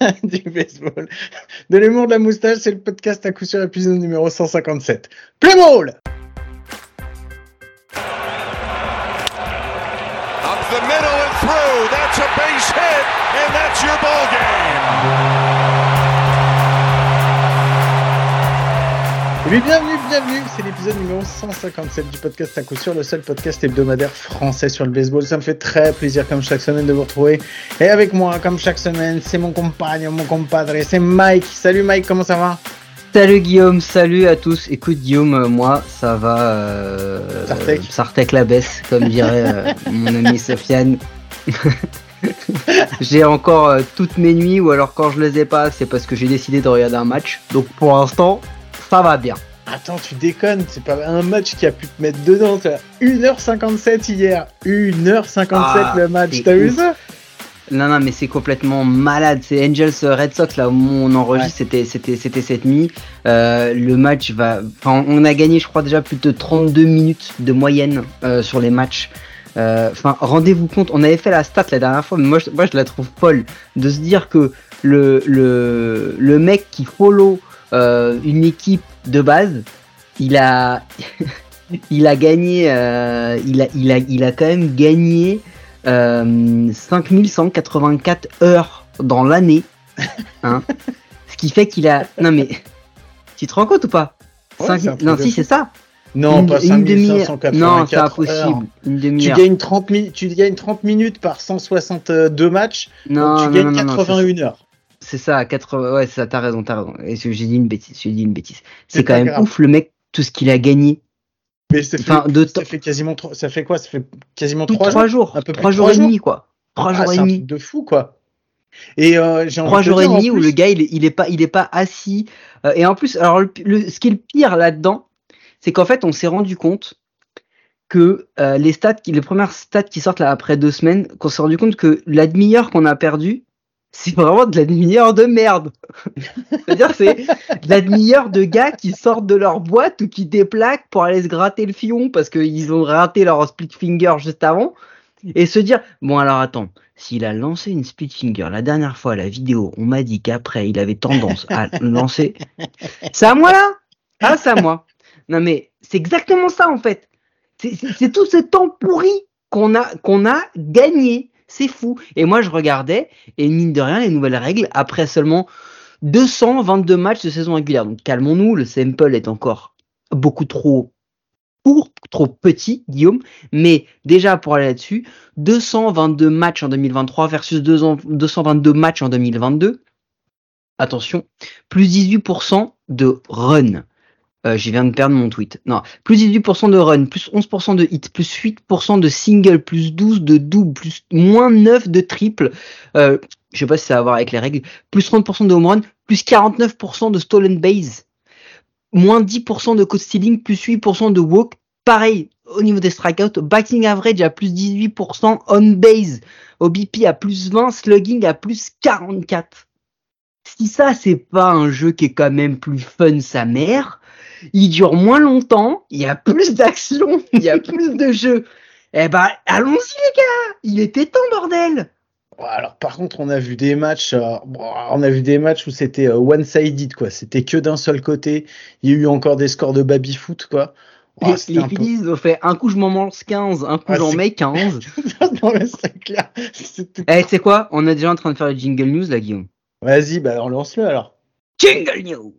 du baseball. De l'humour de la moustache, c'est le podcast à coup sûr épisode numéro 157. Play ball! Up the middle and through. That's a base hit, and that's your ball game. Et bienvenue, c'est l'épisode numéro 157 du podcast à coup sûr, le seul podcast hebdomadaire français sur le baseball. Ça me fait très plaisir comme chaque semaine de vous retrouver. Et avec moi, comme chaque semaine, c'est mon compagne, mon compadre, c'est Mike. Salut Mike, comment ça va? Salut Guillaume, salut à tous. Écoute Guillaume, moi ça va. Sartec la baisse, comme dirait mon ami Sofiane. J'ai encore toutes mes nuits, ou alors quand je les ai pas, c'est parce que j'ai décidé de regarder un match. Donc pour l'instant, ça va bien. Attends, tu déconnes, c'est pas un match qui a pu te mettre dedans. 1h57 hier, 1h57 le match, t'as vu ça? Non, mais c'est complètement malade. C'est Angels Red Sox là où on enregistre, c'était cette nuit. Le match on a gagné, je crois déjà plus de 32 minutes de moyenne sur les matchs. Rendez-vous compte, on avait fait la stat la dernière fois, mais moi je la trouve folle de se dire que le mec qui follow une équipe de base, il a gagné, il a quand même gagné 5184 heures dans l'année, hein. Ce qui fait qu'il a... Non mais, tu te rends compte ou pas? Non, si c'est ça. Non, pas 5584. Non, c'est impossible. Une demi-heure. Tu gagnes 30 minutes par 162 matchs, non, donc tu gagnes 81 heures. C'est ça, 80. Ouais, c'est ça, t'as raison. Et j'ai dit une bêtise. C'est quand même grave. Ouf le mec, tout ce qu'il a gagné. Mais ça fait quasiment 3 jours. Un peu 3 jours et demi, quoi. 3 jours et demi. De fou, quoi. Et j'ai 3 jours et demi où le gars, il est pas assis. Et en plus, alors ce qui est le pire là-dedans, c'est qu'en fait, on s'est rendu compte que les premières stats qui sortent là après 2 semaines, qu'on s'est rendu compte que la demi-heure qu'on a perdue, c'est vraiment de la demi-heure de merde. C'est-à-dire, c'est de la demi-heure de gars qui sortent de leur boîte ou qui déplaquent pour aller se gratter le fion parce qu'ils ont raté leur split finger juste avant et se dire, bon alors attends, s'il a lancé une split finger la dernière fois à la vidéo, on m'a dit qu'après il avait tendance à le lancer. C'est à moi là? Ah, c'est à moi. Non mais c'est exactement ça en fait. C'est tout ce temps pourri qu'on a gagné. C'est fou. Et moi, je regardais, et mine de rien, les nouvelles règles, après seulement 222 matchs de saison régulière. Donc, calmons-nous, le sample est encore beaucoup trop court, trop petit, Guillaume. Mais déjà, pour aller là-dessus, 222 matchs en 2023 versus 222 matchs en 2022. Attention, plus 18% de run. Je viens de perdre mon tweet. Non, plus 18% de run, plus 11% de hit, plus 8% de single, plus 12 de double, plus moins 9 de triple. Je sais pas si ça a à voir avec les règles. Plus 30% de home run, plus 49% de stolen base, moins 10% de caught stealing, plus 8% de walk. Pareil, au niveau des strikeouts, batting average à plus 18%, on base, OBP à plus 20, slugging à plus 44. Si ça, c'est pas un jeu qui est quand même plus fun sa mère, il dure moins longtemps, il y a plus d'action, il y a plus de jeux. Eh ben, allons-y les gars, il était temps bordel. Alors par contre, on a vu des matchs où c'était one-sided quoi. C'était que d'un seul côté. Il y a eu encore des scores de baby-foot quoi. Les Phillies ont fait un coup je m'en mange 15, un coup j'en mets 15. Non mais c'est clair. Tu sais quoi? On est déjà en train de faire le jingle news là, Guillaume. Vas-y, on lance-le alors. Jingle news.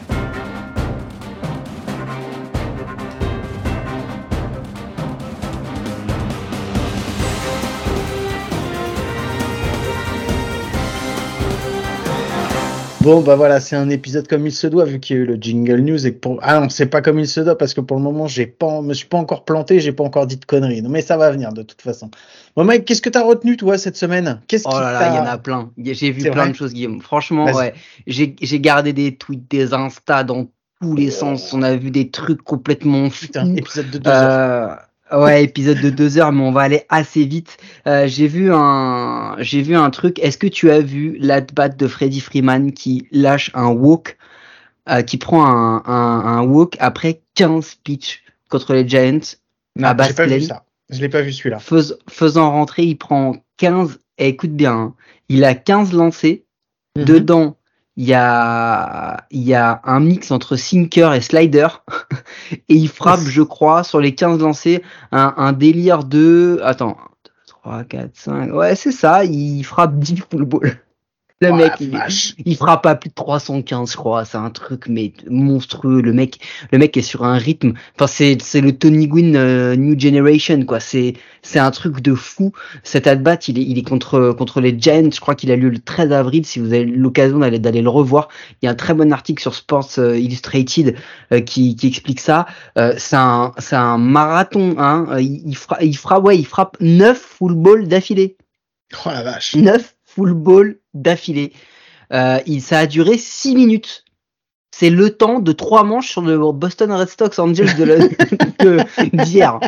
Bon voilà, c'est un épisode comme il se doit vu qu'il y a eu le jingle news et non, c'est pas comme il se doit parce que pour le moment me suis pas encore planté, j'ai pas encore dit de conneries. Non mais ça va venir de toute façon. Bon Mike, qu'est-ce que t'as retenu toi cette semaine? Oh là là, il y en a plein. J'ai vu plein de choses, Guillaume. Franchement, ouais, j'ai gardé des tweets, des Insta dans tous les sens. On a vu des trucs complètement fous. Putain, épisode de 2 heures. Ouais, épisode de 2 heures, mais on va aller assez vite. J'ai vu un truc. Est-ce que tu as vu l'at-bat de Freddie Freeman qui lâche un walk, qui prend un walk après 15 pitchs contre les Giants à basse j'ai pas plane. vu ça. Je l'ai pas vu celui-là. Faisant rentrer, il prend 15. Et écoute bien, hein, il a 15 lancés Dedans, il y a un mix entre sinker et slider. Et il frappe, je crois, sur les 15 lancés, un délire de... Attends, 3, 4, 5... Ouais, c'est ça, il frappe 10 full ball. Le mec, il frappe à plus de 315, je crois. C'est un truc mais monstrueux. Le mec est sur un rythme. Enfin, c'est le Tony Gwynn New Generation, quoi. C'est un truc de fou. Cet at-bat, il est contre les Giants. Je crois qu'il a lieu le 13 avril. Si vous avez l'occasion d'aller le revoir, il y a un très bon article sur Sports Illustrated qui explique ça. C'est un marathon, hein. Il frappe 9 full ball d'affilée. Oh la vache. 9 full ball d'affilée. Ça a duré 6 minutes. C'est le temps de 3 manches sur le Boston Red Sox Angels d'hier.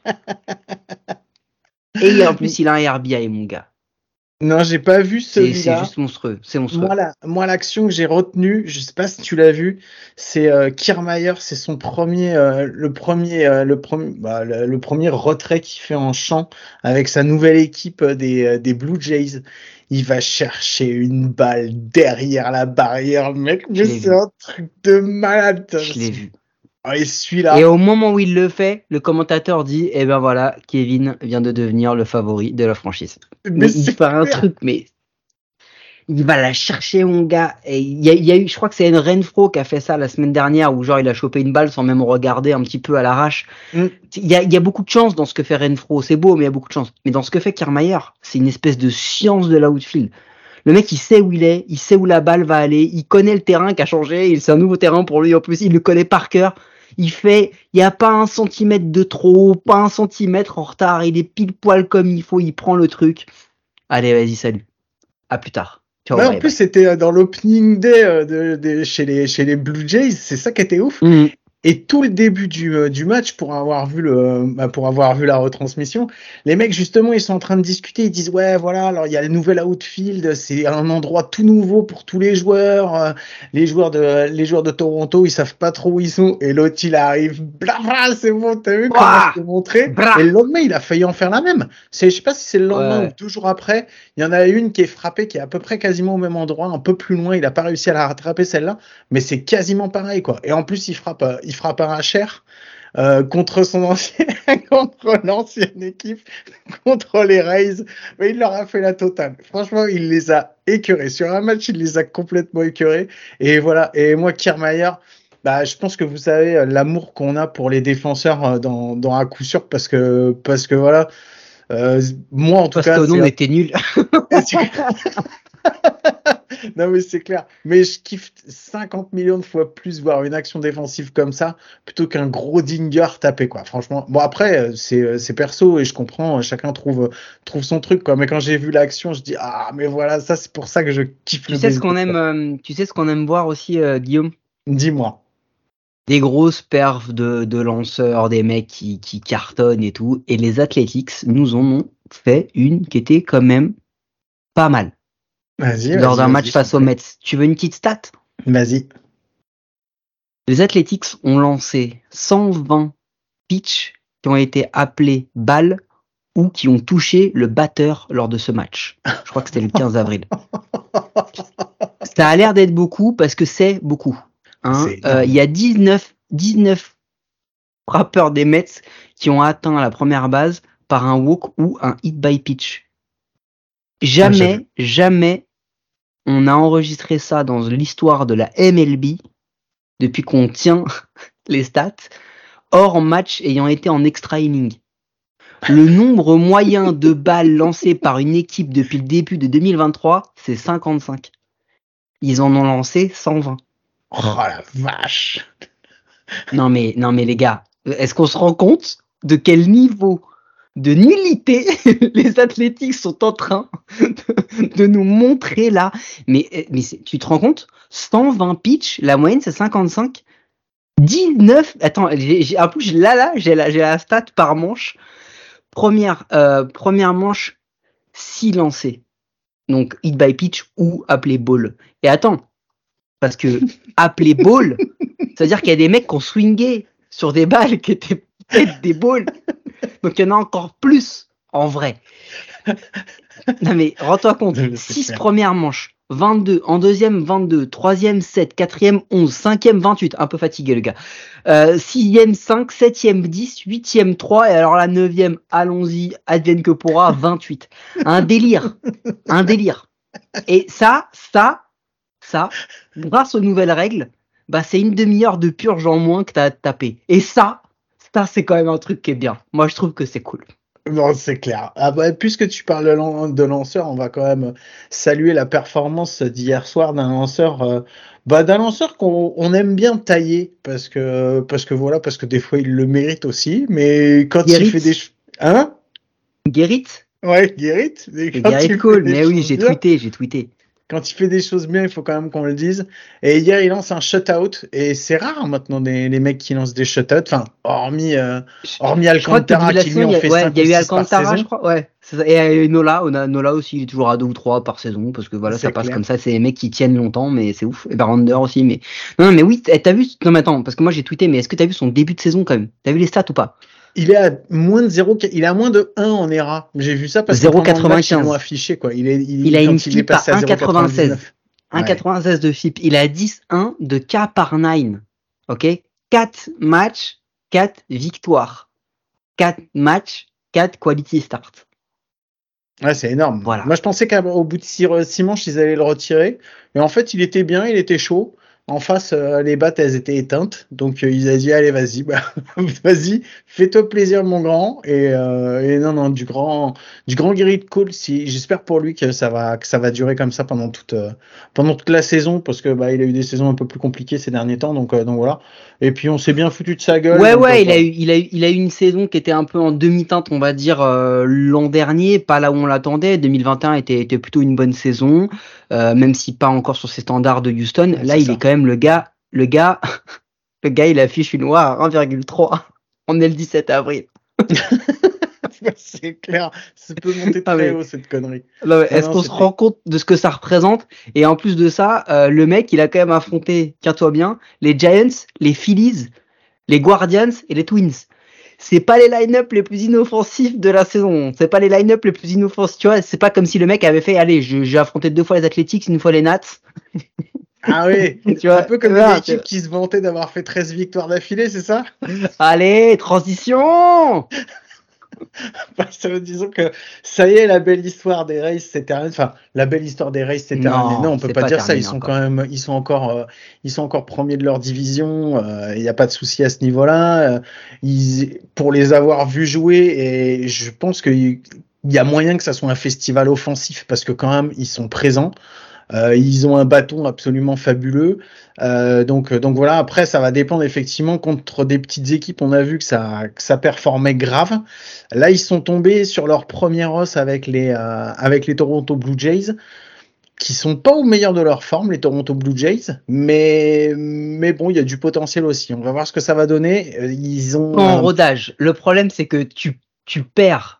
Et en plus, il a un RBI, mon gars. Non, j'ai pas vu celui-là. C'est juste monstrueux. C'est monstrueux. Moi, l'action que j'ai retenue, je sais pas si tu l'as vu, c'est Kiermaier, c'est son le premier retrait qu'il fait en champ avec sa nouvelle équipe des Blue Jays. Il va chercher une balle derrière la barrière, mec, mais c'est un truc de malade. Je l'ai vu. Et celui-là. Et au moment où il le fait, le commentateur dit, eh ben voilà, Kevin vient de devenir le favori de la franchise. Mais il fait un truc, mais il va la chercher, mon gars. Et il y a eu, je crois que c'est Renfroe qui a fait ça la semaine dernière, où genre il a chopé une balle sans même regarder un petit peu à l'arrache. Il y a beaucoup de chance dans ce que fait Renfroe. C'est beau, mais il y a beaucoup de chance. Mais dans ce que fait Kiermaier, c'est une espèce de science de l'outfield. Le mec, il sait où il est, il sait où la balle va aller, il connaît le terrain qui a changé, c'est un nouveau terrain pour lui en plus, il le connaît par cœur. Il y a pas 1 centimètre de trop, pas 1 centimètre en retard, il est pile poil comme il faut, il prend le truc. Allez, vas-y, salut. À plus tard. Ciao, en plus, c'était dans l'opening day chez les Blue Jays, c'est ça qui était ouf. Et tout le début du match, pour avoir vu la retransmission, les mecs justement ils sont en train de discuter, ils disent ouais voilà, alors il y a le nouvel outfield, c'est un endroit tout nouveau pour tous les joueurs, les joueurs de Toronto ils savent pas trop où ils sont, et l'autre il arrive, bla c'est bon, t'as vu comment je t'ai montré, et le lendemain il a failli en faire la même. Je sais pas si c'est le lendemain ou 2 jours après, il y en a une qui est frappée, qui est à peu près quasiment au même endroit, un peu plus loin, il a pas réussi à la rattraper celle-là, mais c'est quasiment pareil quoi. Et en plus il frappe un cher contre l'ancienne équipe, contre les Rays, mais il leur a fait la totale. Franchement, il les a écœurés. Sur un match, il les a complètement écœurés. Et voilà. Et moi, Kiermaier, je pense que vous savez l'amour qu'on a pour les défenseurs dans à coup sûr, parce que voilà. Moi, en tout cas, parce que nous, on était nuls. Non mais c'est clair, mais je kiffe 50 millions de fois plus voir une action défensive comme ça plutôt qu'un gros dinger tapé quoi. Franchement, bon après c'est perso et je comprends, chacun trouve son truc quoi. Mais quand j'ai vu l'action, je dis ah mais voilà, ça c'est pour ça que je kiffe le baseball. Tu sais ce qu'on aime voir aussi, Guillaume? Dis-moi. Des grosses perfs de lanceurs, des mecs qui cartonnent et tout, et les Athletics nous en ont fait une qui était quand même pas mal. Lors d'un match face aux Mets. Tu veux une petite stat? Vas-y. Les Athletics ont lancé 120 pitchs qui ont été appelés balles ou qui ont touché le batteur lors de ce match. Je crois que c'était le 15 avril. Ça a l'air d'être beaucoup parce que c'est beaucoup. Il y a 19 frappeurs des Mets qui ont atteint la première base par un walk ou un hit by pitch. Jamais on a enregistré ça dans l'histoire de la MLB depuis qu'on tient les stats, hors match ayant été en extra inning. Le nombre moyen de balles lancées par une équipe depuis le début de 2023, c'est 55. Ils en ont lancé 120. Oh la vache! Non mais les gars, est-ce qu'on se rend compte de quel niveau de nullité les Athletics sont en train de nous montrer là? Mais tu te rends compte? 120 pitch, la moyenne c'est 55. 19, attends, en plus j'ai la stat par manche. Première manche, 6 lancés. Donc hit by pitch ou appelé ball. Et attends, parce que appelé ball, c'est-à-dire qu'il y a des mecs qui ont swingé sur des balles qui étaient peut-être des balls. Donc il y en a encore plus en vrai. Non mais rends-toi compte, 6 premières manches, 22, en deuxième 22, troisième 7, quatrième 11, cinquième 28, un peu fatigué le gars, sixième 5, septième 10, huitième 3, et alors la neuvième, allons-y, advienne que pourra, 28. Un délire. Et ça, grâce aux nouvelles règles, bah c'est une demi-heure de purge en moins que t'as à te taper. Et ça c'est quand même un truc qui est bien. Moi je trouve que c'est cool. Non, c'est clair. Ah bah, puisque tu parles de lanceur, on va quand même saluer la performance d'hier soir d'un lanceur qu'on aime bien tailler parce que des fois il le mérite aussi, mais quand Guérit. il fait des hein? Guérit. Ouais, Guérit. Guérit cool, mais oui, j'ai tweeté. Quand il fait des choses bien, il faut quand même qu'on le dise. Et hier, il lance un shutout. Et c'est rare maintenant les mecs qui lancent des shutouts. Enfin, hormis Alcantara qui lui en fait 5 il y a eu Alcantara, je crois. Ouais. C'est ça. Et Nola aussi, il est toujours à 2 ou 3 par saison parce que voilà, ça passe comme ça. C'est des mecs qui tiennent longtemps, mais c'est ouf. Et Barrander aussi, mais non, mais oui, t'as vu? Non, mais attends, parce que moi j'ai tweeté, mais est-ce que t'as vu son début de saison quand même? T'as vu les stats ou pas? Il est à moins de 0, il est à moins de 1 en ERA. J'ai vu ça parce que pendant le match, ils l'ont affiché, quoi. Il a une FIP à 1,96. 1,96 de FIP. Il a 10-1 de K par 9. Ok? 4 matchs, 4 victoires. 4 matchs, 4 quality start. Ouais, c'est énorme. Voilà. Moi, je pensais qu'au bout de 6 manches, ils allaient le retirer. Et en fait, il était bien, il était chaud. En face, les battes, elles étaient éteintes. Donc, ils ont dit, allez, vas-y, vas-y, fais-toi plaisir, mon grand. Et non, du grand Gerrit Cole. J'espère pour lui que ça va durer comme ça pendant toute la saison, parce que, il a eu des saisons un peu plus compliquées ces derniers temps. Donc voilà. Et puis, on s'est bien foutu de sa gueule. Ouais, il a eu une saison qui était un peu en demi-teinte, on va dire, l'an dernier, pas là où on l'attendait. 2021 était plutôt une bonne saison. Même si pas encore sur ses standards de Houston, ouais, là il est quand même le gars, il affiche une OA à 1,3. On est le 17 avril. C'est clair, ça peut monter très haut cette connerie. Est-ce qu'on se rend compte de ce que ça représente? Et en plus de ça, le mec il a quand même affronté, tiens-toi bien, les Giants, les Phillies, les Guardians et les Twins. C'est pas les line-up les plus inoffensifs de la saison. C'est pas les line-up les plus inoffensifs. Tu vois, c'est pas comme si le mec avait fait, allez, j'ai affronté 2 fois les Athletics, 1 fois les Nats. Ah oui, tu vois, un peu comme une équipe qui se vantait d'avoir fait 13 victoires d'affilée, c'est ça? Allez, transition! Disons que ça y est, la belle histoire des Rays s'est terminée. Enfin, la belle histoire des Rays s'est terminée. Non, on peut pas dire ça. Ils sont quand même, ils sont encore premiers de leur division. Il n'y a pas de souci à ce niveau-là. Pour les avoir vus jouer, et je pense qu'il y a moyen que ça soit un festival offensif parce que quand même ils sont présents. Ils ont un bâton absolument fabuleux. Donc voilà. Après, ça va dépendre effectivement contre des petites équipes. On a vu que ça performait grave. Là, ils sont tombés sur leur première os avec les Toronto Blue Jays, qui sont pas au meilleur de leur forme, les Toronto Blue Jays. Mais bon, il y a du potentiel aussi. On va voir ce que ça va donner. Ils ont en rodage. Le problème, c'est que tu perds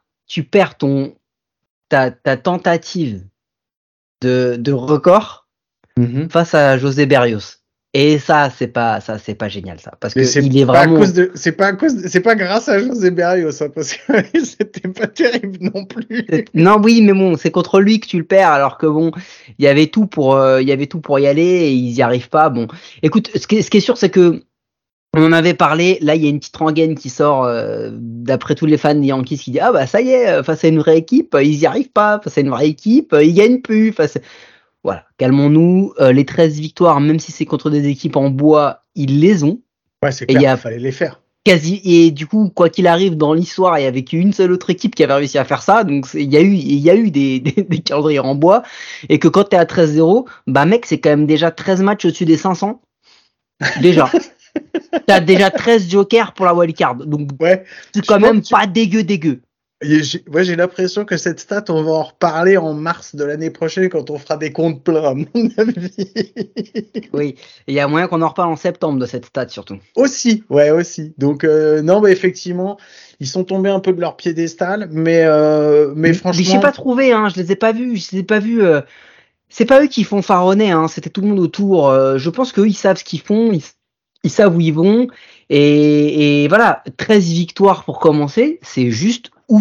ta tentative de record face à José Berrios. Et ça, c'est pas génial, ça. Parce que il est vraiment. C'est pas grâce à José Berrios, hein, parce que c'était pas terrible non plus. Non, oui, mais bon, c'est contre lui que tu le perds, alors que bon, il y avait tout pour y aller et ils y arrivent pas. Bon, écoute, ce qui est sûr, c'est que on en avait parlé. Là, il y a une petite rengaine qui sort d'après tous les fans des Yankees qui dit ah bah ça y est, face à une vraie équipe, ils y arrivent pas. Face à une vraie équipe, ils gagnent plus. Voilà, calmons-nous. Les 13 victoires, même si c'est contre des équipes en bois, ils les ont. Ouais, c'est clair, il fallait les faire. Et du coup, quoi qu'il arrive dans l'histoire, il y avait qu'une seule autre équipe qui avait réussi à faire ça. Donc il y a eu des calendriers en bois. Et que quand t'es à 13-0, bah mec, c'est quand même déjà 13 matchs au-dessus des 500. Déjà. T'as déjà 13 jokers pour la wildcard. Donc ouais, c'est quand même pas dégueu. J'ai l'impression que cette stat, on va en reparler en mars de l'année prochaine quand on fera des comptes pleins, à mon avis. Oui, il y a moyen qu'on en reparle en septembre de cette stat surtout. Aussi. Donc non, mais effectivement, ils sont tombés un peu de leur piédestal, mais franchement. Mais j'ai pas trouvé, hein, je les ai pas vus. C'est pas eux qui font faronner, hein, c'était tout le monde autour. Je pense qu'eux, ils savent ce qu'ils font, ils savent où ils vont. Et voilà, 13 victoires pour commencer, c'est juste ouf.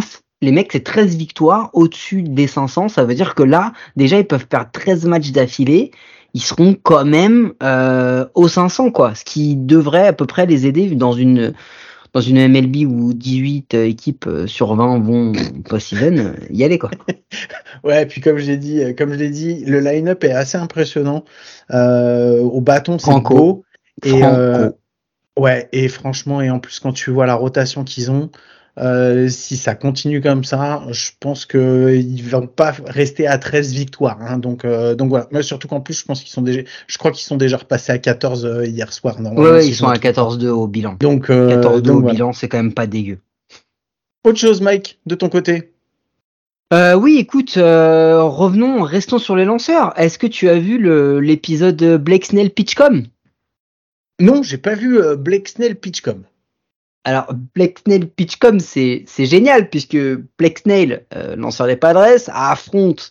les mecs, c'est 13 victoires au-dessus des 500. Ça veut dire que là, déjà, ils peuvent perdre 13 matchs d'affilée. Ils seront quand même aux 500, quoi. Ce qui devrait à peu près les aider dans une MLB où 18 équipes sur 20 vont post-season, y aller, quoi. Ouais, et puis comme je l'ai dit, le line-up est assez impressionnant. Au bâton, c'est beau. Et ouais, et franchement, et en plus quand tu vois la rotation qu'ils ont, si ça continue comme ça, je pense que ils vont pas rester à 13 victoires. Hein, donc voilà. Mais surtout qu'en plus, je crois qu'ils sont déjà repassés à 14 hier soir. Normalement, ouais, ils sont à 14-2 au bilan. Donc 14-2 au bilan, c'est quand même pas dégueu. Autre chose, Mike, de ton côté? Oui, écoute, restons sur les lanceurs. Est-ce que tu as vu l'épisode Blake Snell Pitchcom? Non, j'ai pas vu Blake Snell Pitchcom. Alors, Blake Snell Pitchcom, c'est génial puisque Blake Snell, lanceur des Padres, affronte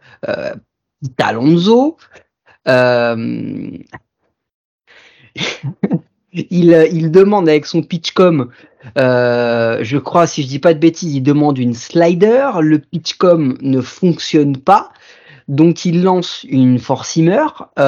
Alonso. Il demande avec son Pitchcom, je crois, si je dis pas de bêtises, il demande une slider. Le Pitchcom ne fonctionne pas, donc il lance une four-seamer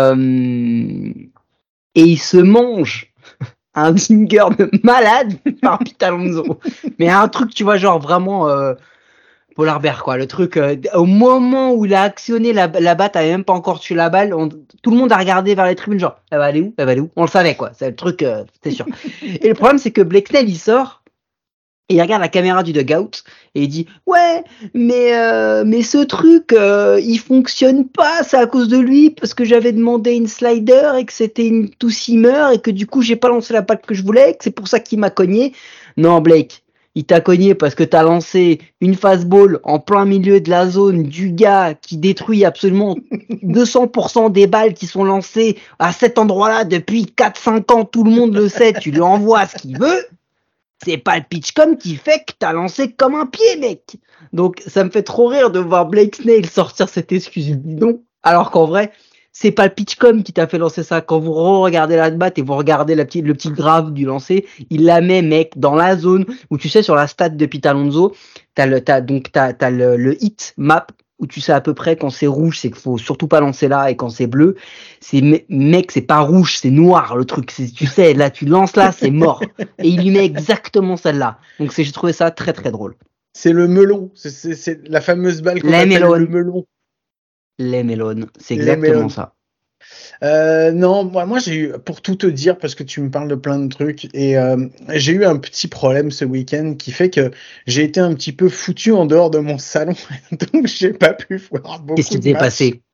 et il se mange un zinger de malade par Pete Alonso. Mais un truc, tu vois, genre vraiment Polar Bear, quoi. Le truc, au moment où il a actionné la batte, avait même pas encore tué la balle, tout le monde a regardé vers les tribunes, genre, elle va aller où? Elle va aller où? On le savait, quoi. C'est le truc, c'est sûr. Et le problème, c'est que Blake Snell, il sort, et il regarde la caméra du dugout, et il dit, ouais, mais ce truc, il fonctionne pas, c'est à cause de lui, parce que j'avais demandé une slider, et que c'était une two-seamer, et que du coup, j'ai pas lancé la balle que je voulais, et que c'est pour ça qu'il m'a cogné. Non, Blake. Il t'a cogné parce que t'as lancé une fastball en plein milieu de la zone du gars qui détruit absolument 200% des balles qui sont lancées à cet endroit-là depuis 4-5 ans. Tout le monde le sait, tu lui envoies ce qu'il veut. C'est pas le Pitchcom qui fait que t'as lancé comme un pied, mec. Donc, ça me fait trop rire de voir Blake Snell sortir cette excuse bidon. Alors qu'en vrai, c'est pas le Pitchcom qui t'a fait lancer ça. Quand vous regardez la batte et vous regardez le petit graphe du lancer, il la met, mec, dans la zone où tu sais, sur la stat de Pete Alonso, t'as le hit map où tu sais à peu près quand c'est rouge, c'est qu'il faut surtout pas lancer là, et quand c'est bleu, mec, c'est pas rouge, c'est noir, le truc. Tu sais, là, tu lances là, c'est mort. Et il lui met exactement celle-là. Donc, j'ai trouvé ça très, très drôle. C'est le melon. C'est la fameuse balle qu'on appelle le melon. Les mélones, c'est exactement ça. Non, moi j'ai eu, pour tout te dire, parce que tu me parles de plein de trucs, et j'ai eu un petit problème ce week-end qui fait que j'ai été un petit peu foutu en dehors de mon salon, donc j'ai pas pu voir beaucoup. Qu'est-ce qui t'est passé?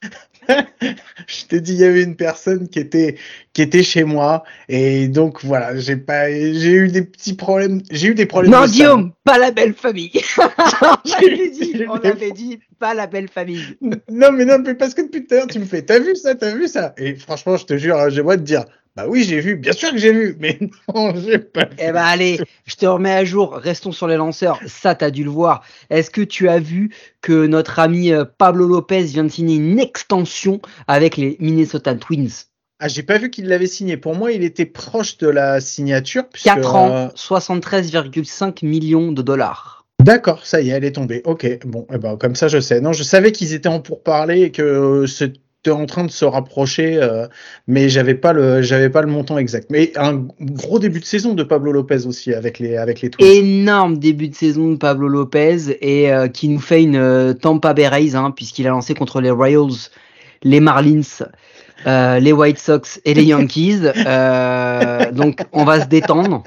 Je t'ai dit, il y avait une personne qui était chez moi, et donc voilà, j'ai eu des petits problèmes. J'ai eu des problèmes. Non, Guillaume, pas la belle famille. On avait dit pas la belle famille. Non, mais parce que depuis tout à l'heure, tu me fais, t'as vu ça? Et franchement, je te jure, j'aimerais te dire, bah oui, j'ai vu, bien sûr que j'ai vu, mais non, j'ai pas vu. Eh ben allez, je te remets à jour, restons sur les lanceurs, ça t'as dû le voir. Est-ce que tu as vu que notre ami Pablo Lopez vient de signer une extension avec les Minnesota Twins? Ah, j'ai pas vu qu'il l'avait signé. Pour moi, il était proche de la signature. 4 ans, 73,5 millions de dollars. D'accord, ça y est, elle est tombée. Ok, bon, eh ben, comme ça, je sais. Non, je savais qu'ils étaient en pourparlers et que c'était en train de se rapprocher, mais j'avais pas le montant exact. Mais un gros début de saison de Pablo Lopez aussi avec les Twins. Énorme début de saison de Pablo Lopez et qui nous fait une Tampa Bay Rays, puisqu'il a lancé contre les Royals, les Marlins, les White Sox et les Yankees. Donc on va se détendre.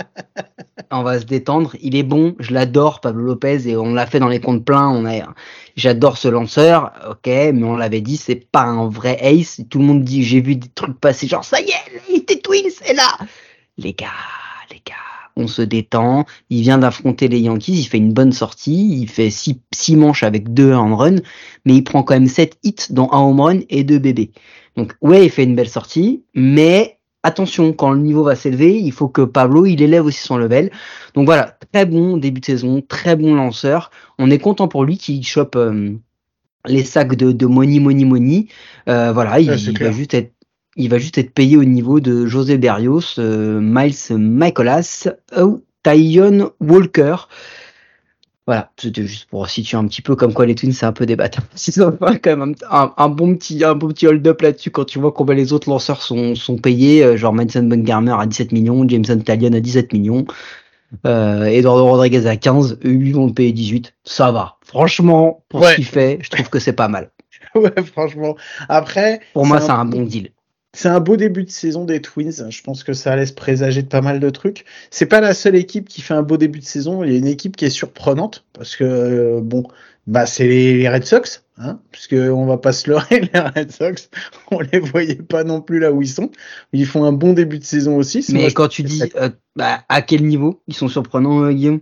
Il est bon, je l'adore, Pablo Lopez, et on l'a fait dans les comptes pleins. J'adore ce lanceur, ok, mais on l'avait dit, c'est pas un vrai ace. Tout le monde dit, j'ai vu des trucs passer, genre ça y est, il était Twins, c'est là. Les gars, on se détend. Il vient d'affronter les Yankees, il fait une bonne sortie, il fait 6 manches avec 2 home run, mais il prend quand même 7 hits, dont 1 home run et 2 bébés. Donc ouais, il fait une belle sortie, mais attention, quand le niveau va s'élever, il faut que Pablo, il élève aussi son level. Donc voilà, très bon début de saison, très bon lanceur. On est content pour lui qu'il chope les sacs de money. Voilà, il va juste être payé au niveau de José Berrios, Miles Mikolas ou Taijuan Walker. Voilà, c'était juste pour situer un petit peu comme quoi les Twins c'est un peu des bâtards. Ils ont fait quand même un bon petit hold-up là-dessus quand tu vois combien les autres lanceurs sont payés, genre Madison Bumgarner à 17 millions, Jameson Taillon à 17 millions, Eduardo Rodriguez à 15, eux ils vont le payer 18. Ça va. Franchement, pour ce qu'il fait, je trouve que c'est pas mal. Ouais, franchement. Après, Pour moi, c'est un bon deal. C'est un beau début de saison des Twins. Je pense que ça laisse présager de pas mal de trucs. C'est pas la seule équipe qui fait un beau début de saison. Il y a une équipe qui est surprenante parce que c'est les Red Sox, hein, puisque on va pas se leurrer, les Red Sox, on les voyait pas non plus là où ils sont. Ils font un bon début de saison aussi. Mais quand tu dis à quel niveau ils sont surprenants, Guillaume?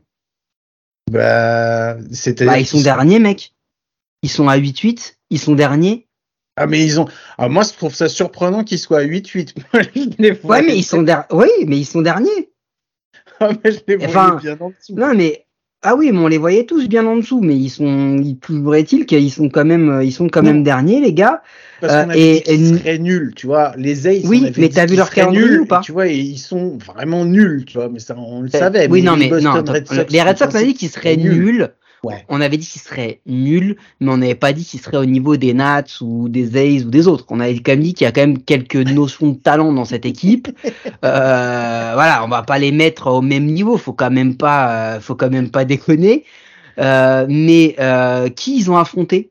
Ils sont derniers, mec. Ils sont à 8-8. Ils sont derniers. Ah, mais moi, je trouve ça surprenant qu'ils soient à 8-8. Ouais, mais ils sont derniers. Ah, mais je les voyais bien en dessous. Non, mais, mais on les voyait tous bien en dessous, mais toujours est-il qu'ils sont quand même derniers, les gars. Parce qu'on avait dit qu'ils seraient nuls, tu vois. Les Aces, oui, mais t'as vu leur calendrier ou pas? Tu vois, et ils sont vraiment nuls, tu vois, mais ça, on le savait. Oui, mais les Red Sox, on a dit qu'ils seraient nuls. Ouais. On avait dit qu'ils seraient nuls, mais on n'avait pas dit qu'ils seraient au niveau des Nats ou des A's ou des autres. On avait quand même dit qu'il y a quand même quelques notions de talent dans cette équipe. Voilà, on va pas les mettre au même niveau. Faut quand même pas déconner. Mais qui ils ont affronté?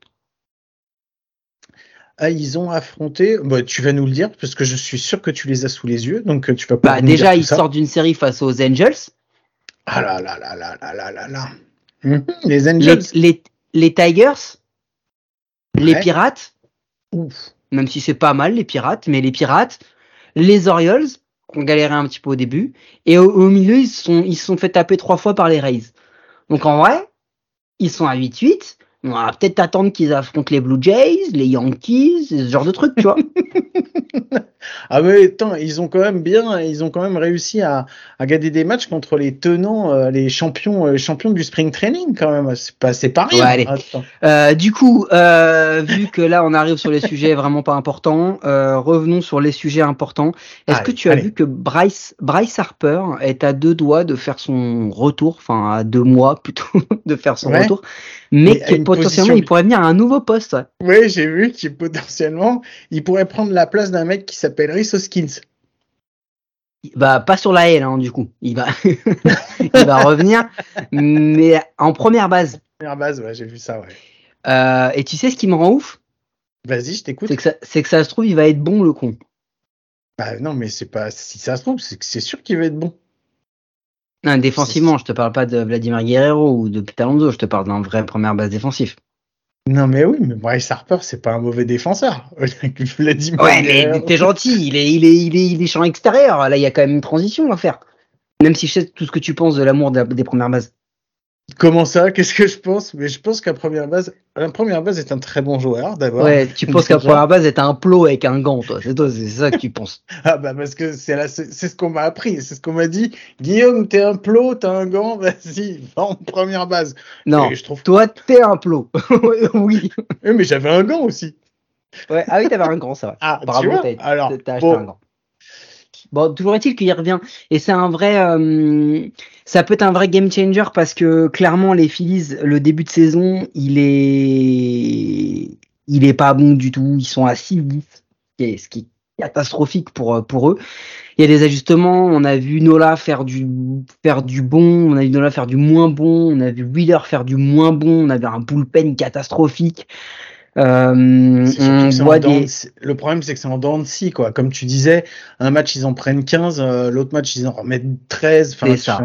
Ils ont affronté. Tu vas nous le dire parce que je suis sûr que tu les as sous les yeux, donc tu vas pas. Déjà, ils sortent d'une série face aux Angels. Ah là là là là là là là. Les Angels, les Tigers, les Pirates, même si c'est pas mal les Pirates, mais les Pirates, les Orioles, qui ont galéré un petit peu au début, et au milieu ils se sont fait taper 3 fois par les Rays. Donc en vrai, ils sont à 8-8. On va peut-être attendre qu'ils affrontent les Blue Jays, les Yankees, ce genre de trucs, tu vois. Ah mais attends, ils ont quand même réussi à gagner des matchs contre les tenants, les champions du spring training quand même. C'est pas rien. Ouais, du coup, vu que là on arrive sur les sujets vraiment pas importants, revenons sur les sujets importants. Est-ce que tu as vu que Bryce Harper est à 2 doigts de faire son retour, enfin à 2 mois plutôt de faire son retour, mais que potentiellement il pourrait venir à un nouveau poste. Oui, j'ai vu qu'il potentiellement il pourrait prendre la place d'un mec qui s'appelle Rhys Hoskins. Pas sur la L, du coup. Il va il va revenir, mais en première base. Première base, ouais, j'ai vu ça, ouais. Et tu sais ce qui me rend ouf? Vas-y, je t'écoute. C'est que ça se trouve, il va être bon, le con. Non, mais c'est pas si ça se trouve, c'est sûr qu'il va être bon. Non, défensivement, je te parle pas de Vladimir Guerrero ou de Pete Alonso, je te parle d'un vrai première base défensif. Non, mais oui, mais Bryce Harper, c'est pas un mauvais défenseur. Vladimir Guerrero. Mais t'es gentil, il est champ extérieur. Là, il y a quand même une transition à faire. Même si je sais tout ce que tu penses de l'amour des premières bases. Comment ça? Qu'est-ce que je pense? Mais je pense qu'à première base est un très bon joueur, d'abord. Ouais, tu penses qu'à première base est un plot avec un gant, toi. C'est ça que tu penses. Ah parce que c'est ce qu'on m'a appris, c'est ce qu'on m'a dit. Guillaume, t'es un plot, t'as un gant, vas-y, va en première base. Non, toi, t'es un plot. Oui. Mais j'avais un gant aussi. Ouais, oui, t'avais un gant, ça va. Ah, bravo, t'as acheté un gant. Bon, toujours est-il qu'il revient. Et c'est un vrai, ça peut être un vrai game changer parce que clairement les Phillies, le début de saison, il est pas bon du tout. Ils sont à 6-10, ce qui est catastrophique pour eux. Il y a des ajustements. On a vu Nola faire du bon, on a vu Nola faire du moins bon, on a vu Wheeler faire du moins bon, on avait un bullpen catastrophique. Le problème, c'est que c'est en dents de scie, quoi. Comme tu disais, un match, ils en prennent 15, l'autre match, ils en remettent 13. C'est ça.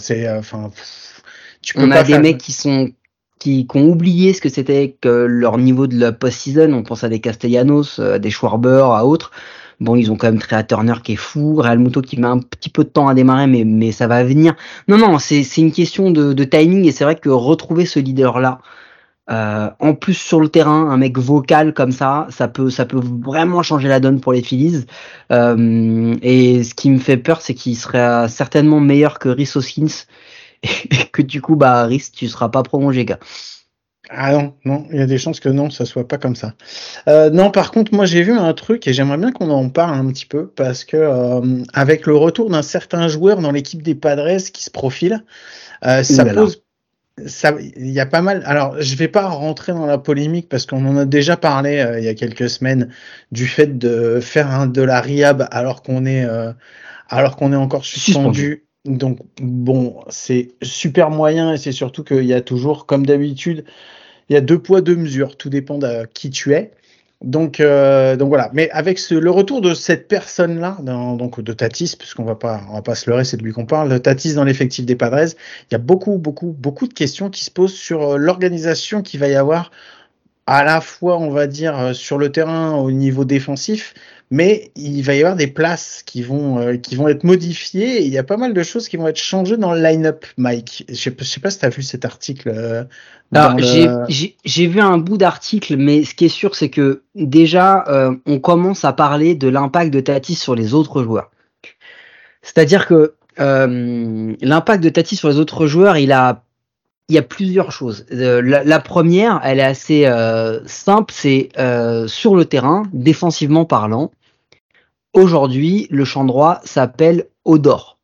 On a des mecs qui ont oublié ce que c'était que leur niveau de la post-season. On pense à des Castellanos, à des Schwarber, à autres. Bon, ils ont quand même Trea Turner qui est fou, Real Muto qui met un petit peu de temps à démarrer, mais ça va venir. Non, c'est une question de timing, et c'est vrai que retrouver ce leader-là, en plus sur le terrain, un mec vocal comme ça peut vraiment changer la donne pour les Phillies. Et ce qui me fait peur, c'est qu'il serait certainement meilleur que Rhys Hoskins, et que du coup, Rhys, tu seras pas prolongé, gars. Ah non, il y a des chances que non, ça soit pas comme ça. Non, par contre, moi j'ai vu un truc et j'aimerais bien qu'on en parle un petit peu parce que avec le retour d'un certain joueur dans l'équipe des Padres qui se profile, ça pose Ça, il y a pas mal. Alors, je vais pas rentrer dans la polémique parce qu'on en a déjà parlé il y a quelques semaines du fait de faire de la rehab alors qu'on est encore Suspendu. suspendu. Donc bon, c'est super moyen et c'est surtout qu'il y a toujours, comme d'habitude, il y a deux poids deux mesures. Tout dépend de qui tu es. Donc voilà. Mais avec le retour de cette personne-là, donc de Tatis, puisqu'on on va pas se leurrer, c'est de lui qu'on parle, de Tatis dans l'effectif des Padres, il y a beaucoup de questions qui se posent sur l'organisation qu'il va y avoir à la fois, on va dire, sur le terrain au niveau défensif, mais il va y avoir des places qui vont être modifiées et il y a pas mal de choses qui vont être changées dans le line-up, Mike. Je sais pas si tu as vu cet article Alors, dans le... j'ai vu un bout d'article, mais ce qui est sûr, c'est que déjà, on commence à parler de l'impact de Tatis sur les autres joueurs. C'est-à-dire que l'impact de Tatis sur les autres joueurs, il y a plusieurs choses. La première, elle est assez simple, c'est sur le terrain, défensivement parlant. Aujourd'hui, le champ droit s'appelle Odor.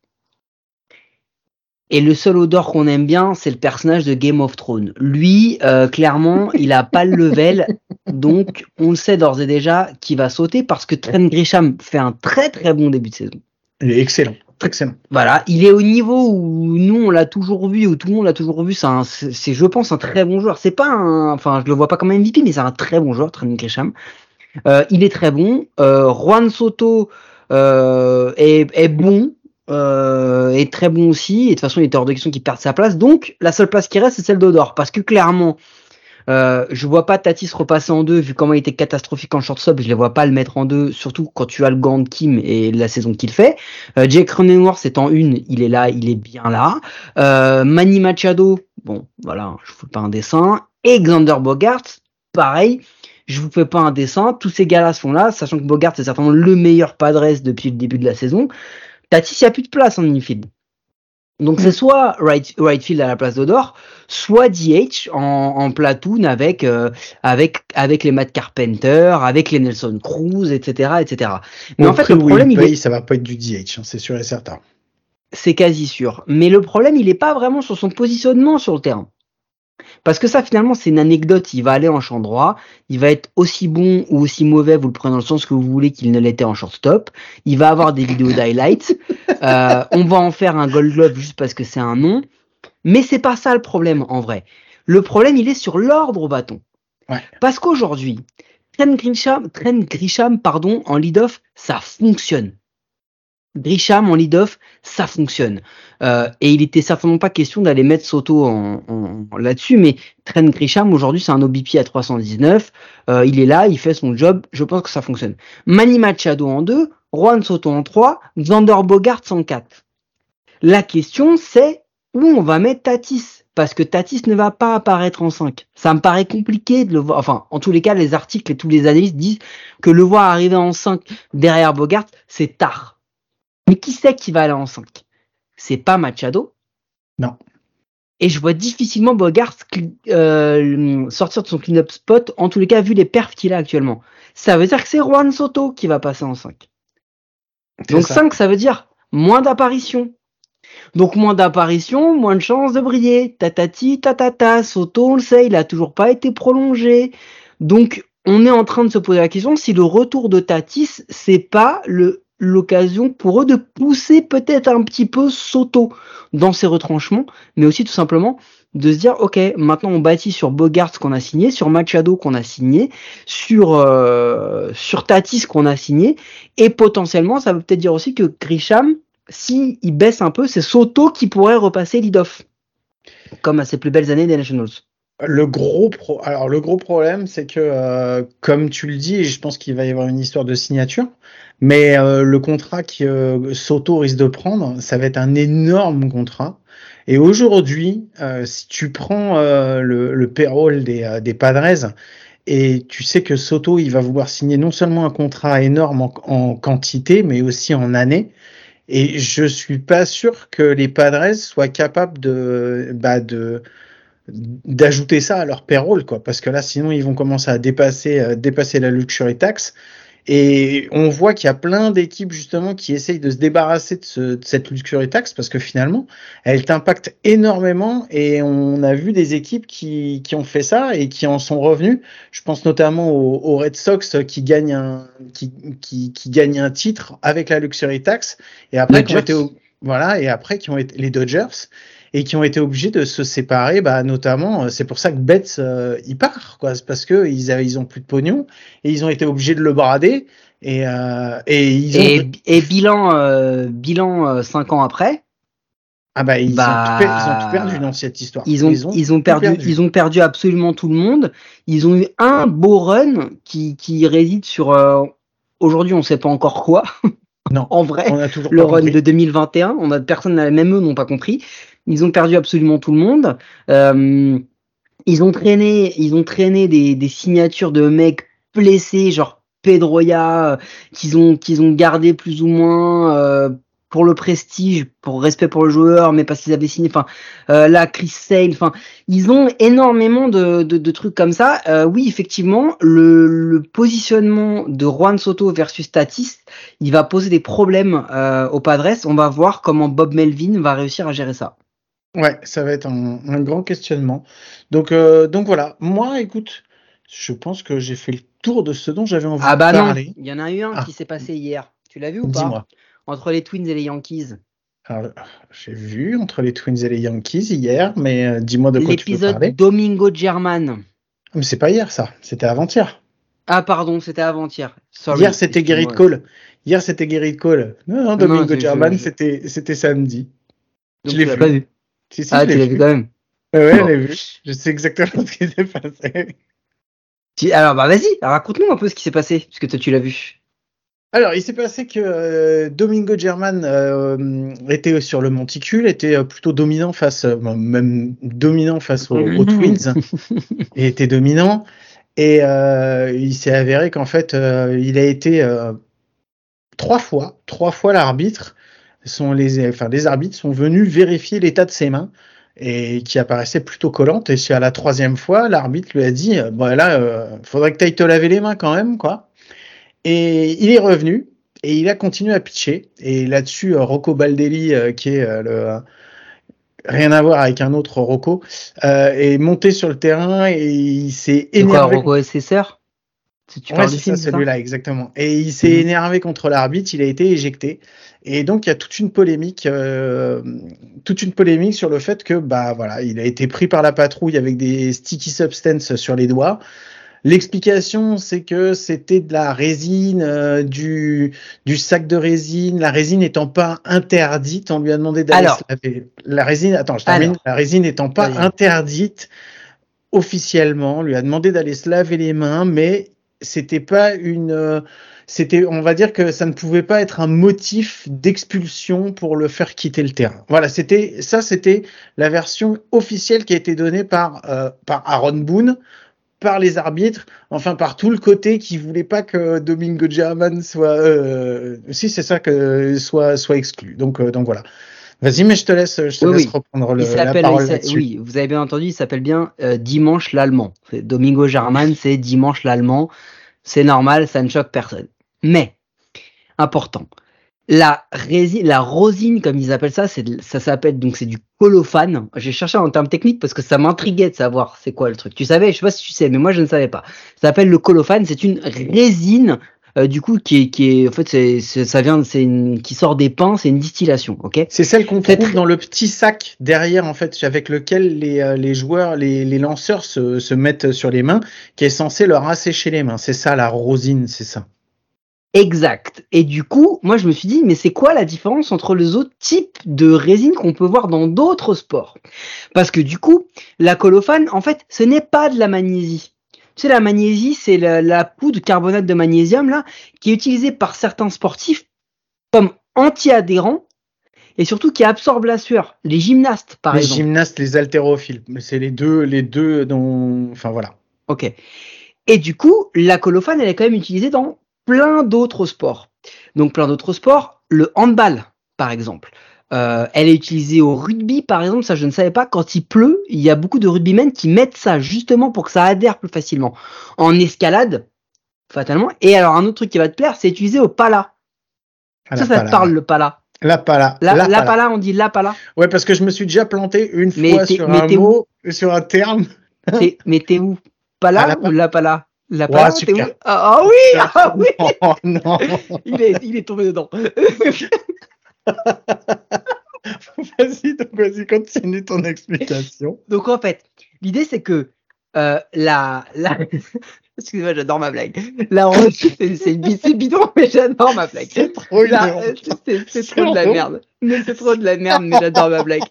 Et le seul Odor qu'on aime bien, c'est le personnage de Game of Thrones. Lui, clairement, il a pas le level, donc on le sait d'ores et déjà qu'il va sauter parce que Trent Grisham fait un très très bon début de saison. Il est excellent, excellent. Voilà, il est au niveau où nous on l'a toujours vu, où tout le monde l'a toujours vu. C'est je pense un très bon joueur. C'est pas enfin je le vois pas comme un MVP, mais c'est un très bon joueur, Trent Grisham. Il est très bon. Juan Soto est bon. Est très bon aussi, et de toute façon il était hors de question qu'il perde sa place, donc la seule place qui reste c'est celle d'Odor, parce que clairement je vois pas Tatis repasser en deux, vu comment il était catastrophique en shortstop, je les vois pas le mettre en deux, surtout quand tu as le gant de Kim et la saison qu'il fait. Jake Cronenworth c'est en une, il est là, il est bien là. Manny Machado, bon voilà, je vous fais pas un dessin, et Xander Bogaerts, pareil, je vous fais pas un dessin, tous ces gars-là sont là, sachant que Bogaerts c'est certainement le meilleur Padres depuis le début de la saison. Tatis, il n'y a plus de place en infield. Donc c'est soit right field à la place d'Odor, soit DH en platoon avec les Matt Carpenter, avec les Nelson Cruz, etc., etc. Mais Au en fait prix le où il problème paye, ça va pas être du DH, hein, c'est sûr et certain. c'est quasi sûr. Mais le problème il est pas vraiment sur son positionnement sur le terrain. Parce que ça, finalement, c'est une anecdote. Il va aller en champ droit. Il va être aussi bon ou aussi mauvais, vous le prenez dans le sens que vous voulez, qu'il ne l'était en shortstop. Il va avoir des vidéos d'highlights. On va en faire un Gold Glove juste parce que c'est un nom. Mais c'est pas ça le problème, en vrai. Le problème, il est sur l'ordre au bâton. Ouais. Parce qu'aujourd'hui, Trent Grisham, en lead-off, ça fonctionne. Grisham en lead-off, ça fonctionne. Et il était certainement pas question d'aller mettre Soto là-dessus, mais Trent Grisham, aujourd'hui, c'est un OBP à 319. Il est là, il fait son job, je pense que ça fonctionne. Manny Machado en 2, Juan Soto en 3, Xander Bogaerts en 4. La question, c'est où on va mettre Tatis, parce que Tatis ne va pas apparaître en 5. Ça me paraît compliqué de le voir. Enfin, en tous les cas, les articles et tous les analystes disent que le voir arriver en 5 derrière Bogaerts, c'est tard. Mais qui c'est qui va aller en 5? C'est pas Machado. Non. Et je vois difficilement Bogaerts sortir de son clean-up spot, en tous les cas, vu les perfs qu'il a actuellement. Ça veut dire que c'est Juan Soto qui va passer en 5. Donc 5, ça veut dire moins d'apparitions. Donc moins d'apparitions, moins de chances de briller. Tatati, tatata, Soto, on le sait, il a toujours pas été prolongé. Donc on est en train de se poser la question si le retour de Tatis, c'est pas l'occasion pour eux de pousser peut-être un petit peu Soto dans ses retranchements, mais aussi tout simplement de se dire ok, maintenant on bâtit sur Bogaerts qu'on a signé, sur Machado qu'on a signé, sur Tatis qu'on a signé, et potentiellement ça veut peut-être dire aussi que Grisham, si il baisse un peu, c'est Soto qui pourrait repasser lead-off, comme à ses plus belles années des Nationals. Le gros problème, c'est que, comme tu le dis, et je pense qu'il va y avoir une histoire de signature, mais le contrat que Soto risque de prendre, ça va être un énorme contrat. Et aujourd'hui, si tu prends le payroll des Padres, et tu sais que Soto, il va vouloir signer non seulement un contrat énorme en quantité, mais aussi en années. Et je suis pas sûr que les Padres soient capables d'ajouter ça à leur payroll, quoi, parce que là sinon ils vont commencer à dépasser la luxury tax Et on voit qu'il y a plein d'équipes justement qui essayent de se débarrasser de cette luxury tax parce que finalement, elle t'impacte énormément et on a vu des équipes qui ont fait ça et qui en sont revenues. Je pense notamment aux Red Sox qui gagnent qui gagnent un titre avec la luxury tax et après et après qui ont été les Dodgers et qui ont été obligés de se séparer, notamment, c'est pour ça que Betts, il part, quoi, c'est parce que ils ont plus de pognon, et ils ont été obligés de le brader, et bilan 5 ans après. Ils ont tout perdu dans cette histoire. Ils ont perdu absolument tout le monde. Ils ont eu un beau run qui réside sur, aujourd'hui on sait pas encore quoi. Non. En vrai, le run de 2021, personne même eux n'ont pas compris. Ils ont perdu absolument tout le monde. Ils ont traîné des signatures de mecs blessés, genre Pedroia, qu'ils ont gardé plus ou moins pour le prestige, pour respect pour le joueur, mais parce qu'ils avaient signé. Là, Chris Sale. Ils ont énormément de trucs comme ça. Oui, effectivement, le positionnement de Juan Soto versus Tatis, il va poser des problèmes aux Padres. On va voir comment Bob Melvin va réussir à gérer ça. Ouais, ça va être un grand questionnement. Donc voilà. Moi, écoute, je pense que j'ai fait le tour de ce dont j'avais envie de parler. Non, il y en a eu un qui s'est passé hier. Tu l'as vu ou pas? Dis-moi. Entre les Twins et les Yankees. Alors, j'ai vu entre les Twins et les Yankees hier, mais dis-moi de quoi tu veux parler. L'épisode Domingo German. Mais c'est pas hier, ça. C'était avant-hier. Ah, pardon, c'était avant-hier. Sorry, hier, c'était Gerrit Cole. Non, Domingo German, c'était samedi. Donc, tu l'as pas vu. Si, tu l'as vu quand même. Ouais, je l'ai vu. Je sais exactement ce qui s'est passé. Alors, vas-y, raconte-nous un peu ce qui s'est passé, puisque toi, tu l'as vu. Alors, il s'est passé que Domingo German était sur le monticule, était plutôt dominant aux Twins, et était dominant. Et il s'est avéré qu'en fait, il a été 3 fois l'arbitre. Les arbitres sont venus vérifier l'état de ses mains et qui apparaissaient plutôt collantes. Et c'est à la 3e fois, l'arbitre lui a dit faudrait que tu ailles te laver les mains quand même, quoi. Et il est revenu et il a continué à pitcher. Et là-dessus, Rocco Baldelli, qui est rien à voir avec un autre Rocco, est monté sur le terrain et il s'est énervé. Rocco et ses sœurs? C'est ça, celui-là, exactement. Et il s'est énervé contre l'arbitre, il a été éjecté. Et donc, il y a toute une polémique sur le fait que, il a été pris par la patrouille avec des sticky substances sur les doigts. L'explication, c'est que c'était de la résine, du sac de résine. La résine étant pas interdite, on lui a demandé d'aller se laver. La résine, la résine étant pas interdite officiellement, on lui a demandé d'aller se laver les mains, mais c'était pas on va dire que ça ne pouvait pas être un motif d'expulsion pour le faire quitter le terrain. Voilà, c'était la version officielle qui a été donnée par Aaron Boone, par les arbitres, enfin par tout le côté qui voulait pas que Domingo German soit exclu. Donc voilà. Vas-y, mais je te laisse reprendre la parole là-dessus. Oui, vous avez bien entendu, il s'appelle bien Dimanche l'Allemand. Domingo German, c'est Dimanche l'Allemand. C'est normal, ça ne choque personne. Mais, important, la rosine, comme ils appellent ça, ça s'appelle, donc c'est du colophane. J'ai cherché en termes techniques parce que ça m'intriguait de savoir c'est quoi le truc. Tu savais, je sais pas si tu sais, mais moi je ne savais pas. Ça s'appelle le colophane, c'est une résine du coup qui est en fait qui sort des pins, c'est une distillation, ok. C'est celle qu'on trouve dans le petit sac derrière en fait, avec lequel les joueurs, les lanceurs se mettent sur les mains, qui est censé leur assécher les mains. C'est ça la rosine, c'est ça. Exact. Et du coup, moi je me suis dit, mais c'est quoi la différence entre les autres types de résine qu'on peut voir dans d'autres sports? Parce que du coup, la colophane, en fait, ce n'est pas de la magnésie. Tu sais, la magnésie, c'est la poudre carbonate de magnésium là, qui est utilisée par certains sportifs comme anti-adhérent et surtout qui absorbe la sueur. Les gymnastes, par exemple. Les gymnastes, les haltérophiles. C'est les deux dont... Enfin, voilà. Ok. Et du coup, la colophane, elle est quand même utilisée dans plein d'autres sports. Donc, plein d'autres sports. Le handball, par exemple. Elle est utilisée au rugby, par exemple. Ça, je ne savais pas. Quand il pleut, il y a beaucoup de rugbymen qui mettent ça justement pour que ça adhère plus facilement. En escalade, fatalement. Et alors, un autre truc qui va te plaire, c'est utiliser au pala. Ça te parle, le pala. La pala. La pala, on dit la pala. Ouais, parce que je me suis déjà planté une fois sur un mot, sur un terme. Mais t'es où? Pala ou la pala? La pala, t'es où? Ah oui! Oh, non. il est tombé dedans. Vas-y, continue ton explication. Donc en fait, l'idée c'est que excusez-moi, j'adore ma blague. La rose, c'est bidon, mais j'adore ma blague. C'est trop c'est trop de la merde. Mais c'est trop de la merde, mais j'adore ma blague.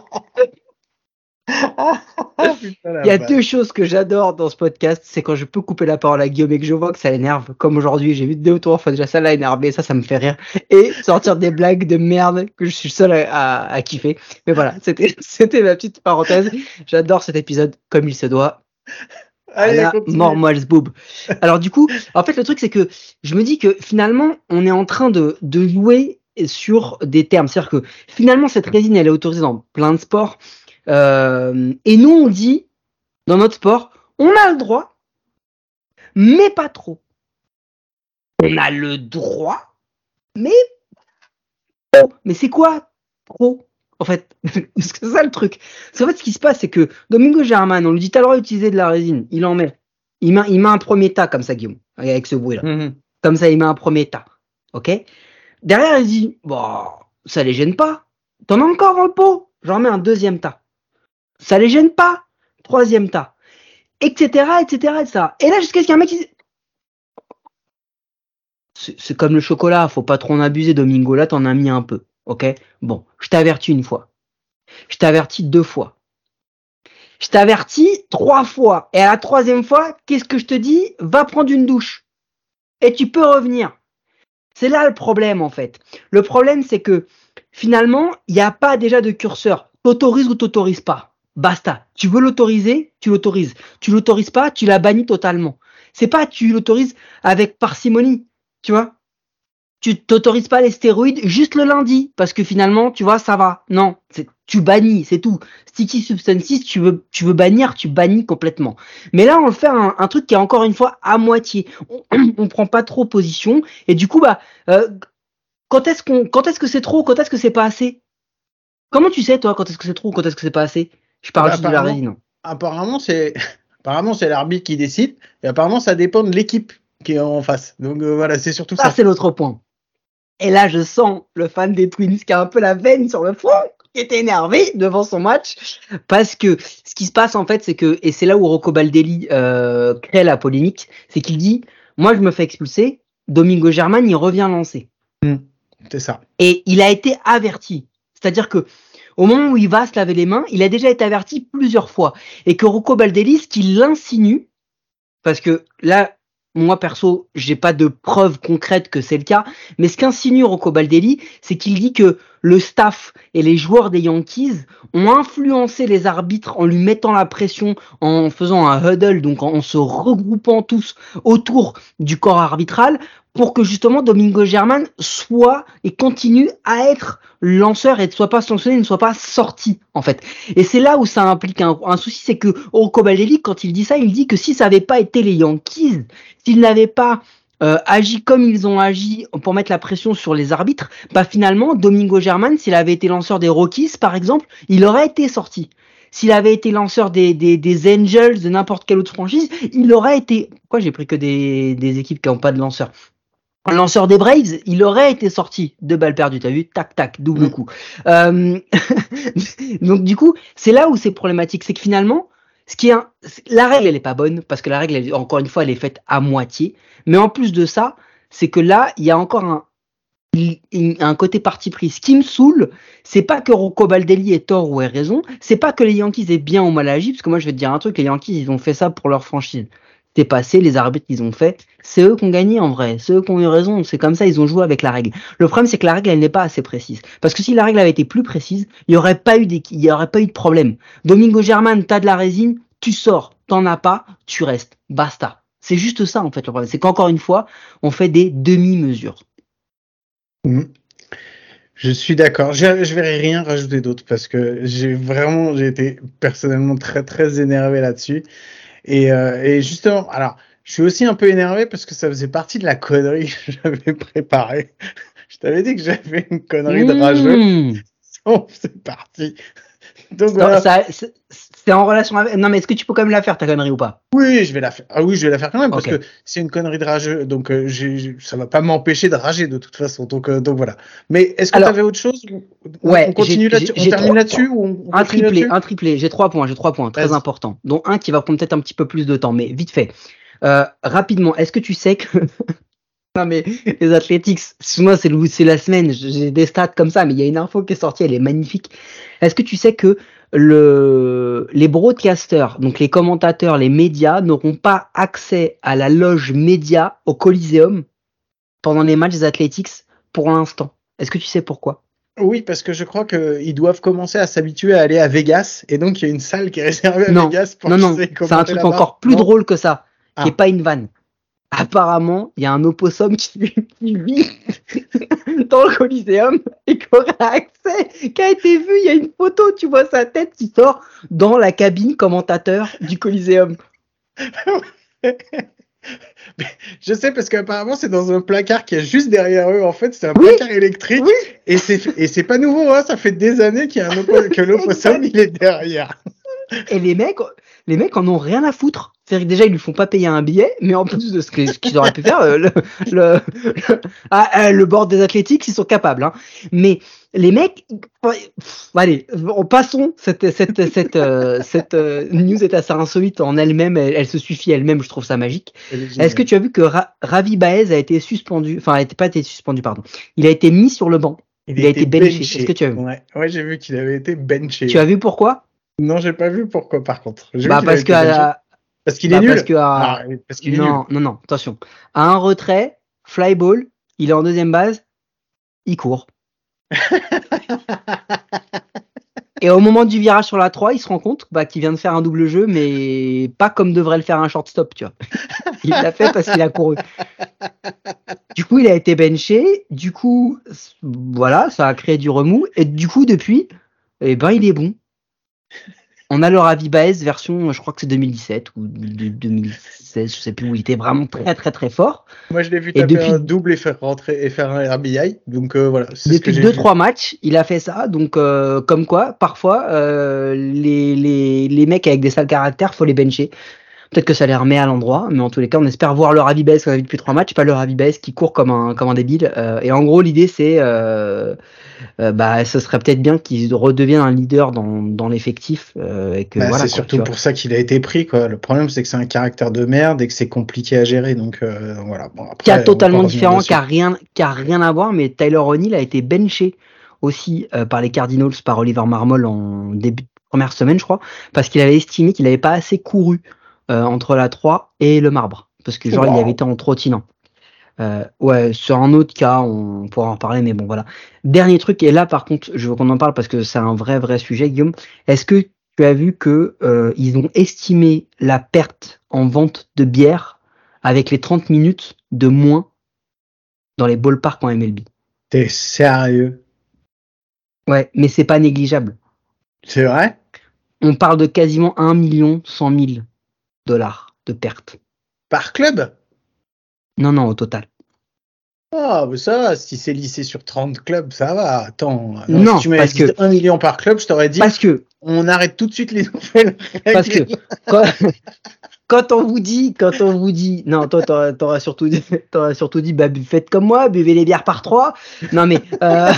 Il y a deux choses que j'adore dans ce podcast, c'est quand je peux couper la parole à Guillaume et que je vois que ça l'énerve, comme aujourd'hui, j'ai vu 2 ou 3 fois déjà ça l'a énervé, ça me fait rire, et sortir des blagues de merde que je suis seul à kiffer. Mais voilà, c'était ma petite parenthèse. J'adore cet épisode comme il se doit. Allez, mort-moi boob. Alors du coup, en fait le truc c'est que je me dis que finalement on est en train de jouer sur des termes, c'est-à-dire que finalement cette résine elle est autorisée dans plein de sports. Et nous on dit dans notre sport on a le droit mais pas trop. On a le droit mais c'est quoi trop en fait? C'est ça le truc. C'est en fait ce qui se passe c'est que Domingo Germán on lui dit t'as le droit d'utiliser de la résine, il en met. Il met un premier tas comme ça Guillaume avec ce bruit là. Comme ça il met un premier tas. OK? Derrière il dit bon ça les gêne pas. T'en as encore dans le pot, j'en mets un deuxième tas. Ça les gêne pas. 3e tas. Etc. Et là, jusqu'à ce qu'il y ait un mec qui dit... C'est comme le chocolat, faut pas trop en abuser, Domingo. Là, t'en as mis un peu. Ok? Bon, je t'avertis 1 fois. Je t'avertis 2 fois. Je t'avertis 3 fois. Et à la 3e fois, qu'est-ce que je te dis? Va prendre une douche. Et tu peux revenir. C'est là le problème, en fait. Le problème, c'est que, finalement, il n'y a pas déjà de curseur. T'autorises ou t'autorises pas. Basta. Tu veux l'autoriser, tu l'autorises. Tu l'autorises pas, tu la bannis totalement. C'est pas tu l'autorises avec parcimonie, tu vois. Tu t'autorises pas les stéroïdes juste le lundi parce que finalement, tu vois, ça va. Non, tu bannis, c'est tout. Sticky substances, tu veux bannir, tu bannis complètement. Mais là, on le fait un truc qui est encore une fois à moitié. On prend pas trop position et du coup, quand est-ce que c'est trop, quand est-ce que c'est pas assez? Comment tu sais toi quand est-ce que c'est trop ou quand est-ce que c'est pas assez? Je parle juste de la résine. Apparemment, c'est l'arbitre qui décide. Et apparemment, ça dépend de l'équipe qui est en face. Donc voilà, c'est surtout ça. Ça, c'est l'autre point. Et là, je sens le fan des Twins qui a un peu la veine sur le front, qui est énervé devant son match. Parce que ce qui se passe, en fait, c'est que, et c'est là où Rocco Baldelli crée la polémique, c'est qu'il dit, moi, je me fais expulser, Domingo Germán, il revient lancer. C'est ça. Et il a été averti. C'est-à-dire que au moment où il va se laver les mains, il a déjà été averti plusieurs fois. Et que Rocco Baldelli, ce qu'il insinue, parce que là, moi perso, j'ai pas de preuves concrètes que c'est le cas, mais ce qu'insinue Rocco Baldelli, c'est qu'il dit que le staff et les joueurs des Yankees ont influencé les arbitres en lui mettant la pression, en faisant un huddle, donc en se regroupant tous autour du corps arbitral, pour que justement Domingo Germán soit et continue à être lanceur et ne soit pas sanctionné, ne soit pas sorti en fait. Et c'est là où ça implique un souci, c'est que Rocco Baldelli, quand il dit ça, il dit que si ça n'avait pas été les Yankees, s'ils n'avaient pas agi comme ils ont agi pour mettre la pression sur les arbitres, finalement Domingo Germán, s'il avait été lanceur des Rockies par exemple, il aurait été sorti. S'il avait été lanceur des Angels, de n'importe quelle autre franchise, il aurait été... Pourquoi j'ai pris que des équipes qui n'ont pas de lanceur? Un lanceur des Braves, il aurait été sorti. 2 balles perdues, t'as vu? Tac, tac, double coup. Donc du coup, c'est là où c'est problématique. C'est que finalement, la règle, elle est pas bonne, parce que la règle, encore une fois, elle est faite à moitié. Mais en plus de ça, c'est que là, il y a encore un côté parti pris. Ce qui me saoule, c'est pas que Rocco Baldelli ait tort ou ait raison, c'est pas que les Yankees aient bien ou mal agi, parce que moi je vais te dire un truc, les Yankees ils ont fait ça pour leur franchise. C'est passé, les arbitres qu'ils ont fait, c'est eux qui ont gagné en vrai, c'est eux qui ont eu raison, c'est comme ça, ils ont joué avec la règle. Le problème c'est que la règle elle n'est pas assez précise, parce que si la règle avait été plus précise, il y aurait pas eu de problème. Domingo Germán, t'as de la résine, tu sors, t'en as pas, tu restes, basta. C'est juste ça en fait le problème, c'est qu'encore une fois, on fait des demi-mesures. Je suis d'accord. Je vais rien rajouter d'autre parce que j'ai été personnellement très très énervé là-dessus. Et justement, alors Je suis aussi un peu énervé parce que ça faisait partie de la connerie que j'avais préparée. Je t'avais dit que j'avais une connerie de rageux. C'est parti. Donc voilà. C'est en relation avec. Non, mais est-ce que tu peux quand même la faire, ta connerie ou pas? Oui, je vais la faire. Ah oui, je vais la faire quand même parce Ok. que c'est une connerie de rageux. Donc ça va pas m'empêcher de rager de toute façon. Donc voilà. Mais est-ce que tu Alors, avais autre chose? Ouais, On continue là-dessus. On termine là-dessus ou on un continue triplé, là-dessus? un triplé. J'ai 3 points, très Vas-y. importants, dont un qui va prendre peut-être un petit peu plus de temps, mais vite fait. Rapidement, est-ce que tu sais que non mais les Athletics, moi c'est la semaine, j'ai des stats comme ça, mais il y a une info qui est sortie, elle est magnifique. Est-ce que tu sais que les broadcasters, donc les commentateurs, les médias, n'auront pas accès à la loge média au Coliseum pendant les matchs des Athletics pour l'instant? Est-ce que tu sais pourquoi? Oui, parce que je crois qu'ils doivent commencer à s'habituer à aller à Vegas. Et donc, il y a une salle qui est réservée à Non, Vegas pour non, qu'ils non, aient c'est un commenté truc là-bas. encore plus Non. drôle que ça, qui est Ah. pas une vanne. Apparemment, il y a un opossum qui vit dans le Coliseum et qui aurait accès, qui a été vu, il y a une photo, tu vois sa tête qui sort dans la cabine commentateur du Coliseum. Je sais parce qu'apparemment c'est dans un placard qui est juste derrière eux. En fait, c'est un Oui, placard électrique oui. et c'est pas nouveau. Hein. Ça fait des années qu'il y a que l'opossum il est derrière. Et les mecs en ont rien à foutre. C'est-à-dire que déjà ils lui font pas payer un billet, mais en plus de ce qu'ils auraient pu faire, le board des Athletics ils sont capables. Hein. Mais les mecs, allez, passons. Cette news est assez insolite en elle-même. Elle se suffit elle-même. Je trouve ça magique. Est-ce que tu as vu que Ravi Baez a été suspendu? Enfin, il n'a pas été suspendu, pardon. Il a été mis sur le banc. Il a été benché. Est-ce que tu as vu? Ouais, j'ai vu qu'il avait été benché. Tu as vu pourquoi? Non, j'ai pas vu pourquoi. Par contre, Parce qu'il est nul. Parce qu'il est nul. Non, attention. À un retrait, fly ball, il est en deuxième base, il court. Et au moment du virage sur la 3, il se rend compte qu'il vient de faire un double jeu, mais pas comme devrait le faire un shortstop, tu vois. Il l'a fait parce qu'il a couru. Du coup, il a été benché. Du coup, voilà, ça a créé du remous. Et du coup, depuis, il est bon. On a le Ravi Baez version, je crois que c'est 2017 ou 2016, je sais plus, où il était vraiment très très très fort. Moi, je l'ai vu taper un double et faire rentrer et faire un RBI. Donc voilà. Depuis 2-3 matchs, il a fait ça. Donc comme quoi, parfois, les mecs avec des sales caractères, faut les bencher. Peut-être que ça les remet à l'endroit, mais en tous les cas, on espère voir le Ravi Baez qu'on a vu depuis 3 matchs, pas le Ravi Baez qui court comme un débile. Et en gros, l'idée, c'est ce serait peut-être bien qu'il redevienne un leader dans l'effectif. C'est surtout pour ça qu'il a été pris, quoi. Le problème, c'est que c'est un caractère de merde et que c'est compliqué à gérer. Donc voilà. Bon, après, qui a totalement différent, qui a rien à voir, mais Tyler O'Neill a été benché aussi par les Cardinals, par Oliver Marmol en début de première semaine, je crois, parce qu'il avait estimé qu'il n'avait pas assez couru entre la 3 et le marbre, parce que il avait été en trottinant. Sur un autre cas, on pourra en reparler, mais bon, voilà. Dernier truc, et là, par contre, je veux qu'on en parle parce que c'est un vrai sujet, Guillaume. Est-ce que tu as vu que ils ont estimé la perte en vente de bière avec les 30 minutes de moins dans les ballparks en MLB? T'es sérieux? Ouais, mais c'est pas négligeable. C'est vrai? On parle de quasiment 1 100 000 $ de pertes. Par club? Non, au total. Ah, mais ça va, si c'est lissé sur 30 clubs, ça va. Attends, non, si tu m'avais dit 1 million par club, je t'aurais dit on arrête tout de suite les nouvelles règles. Parce que quand on vous dit, non, toi t'auras surtout dit, faites comme moi, buvez les bières par 3. Non mais ça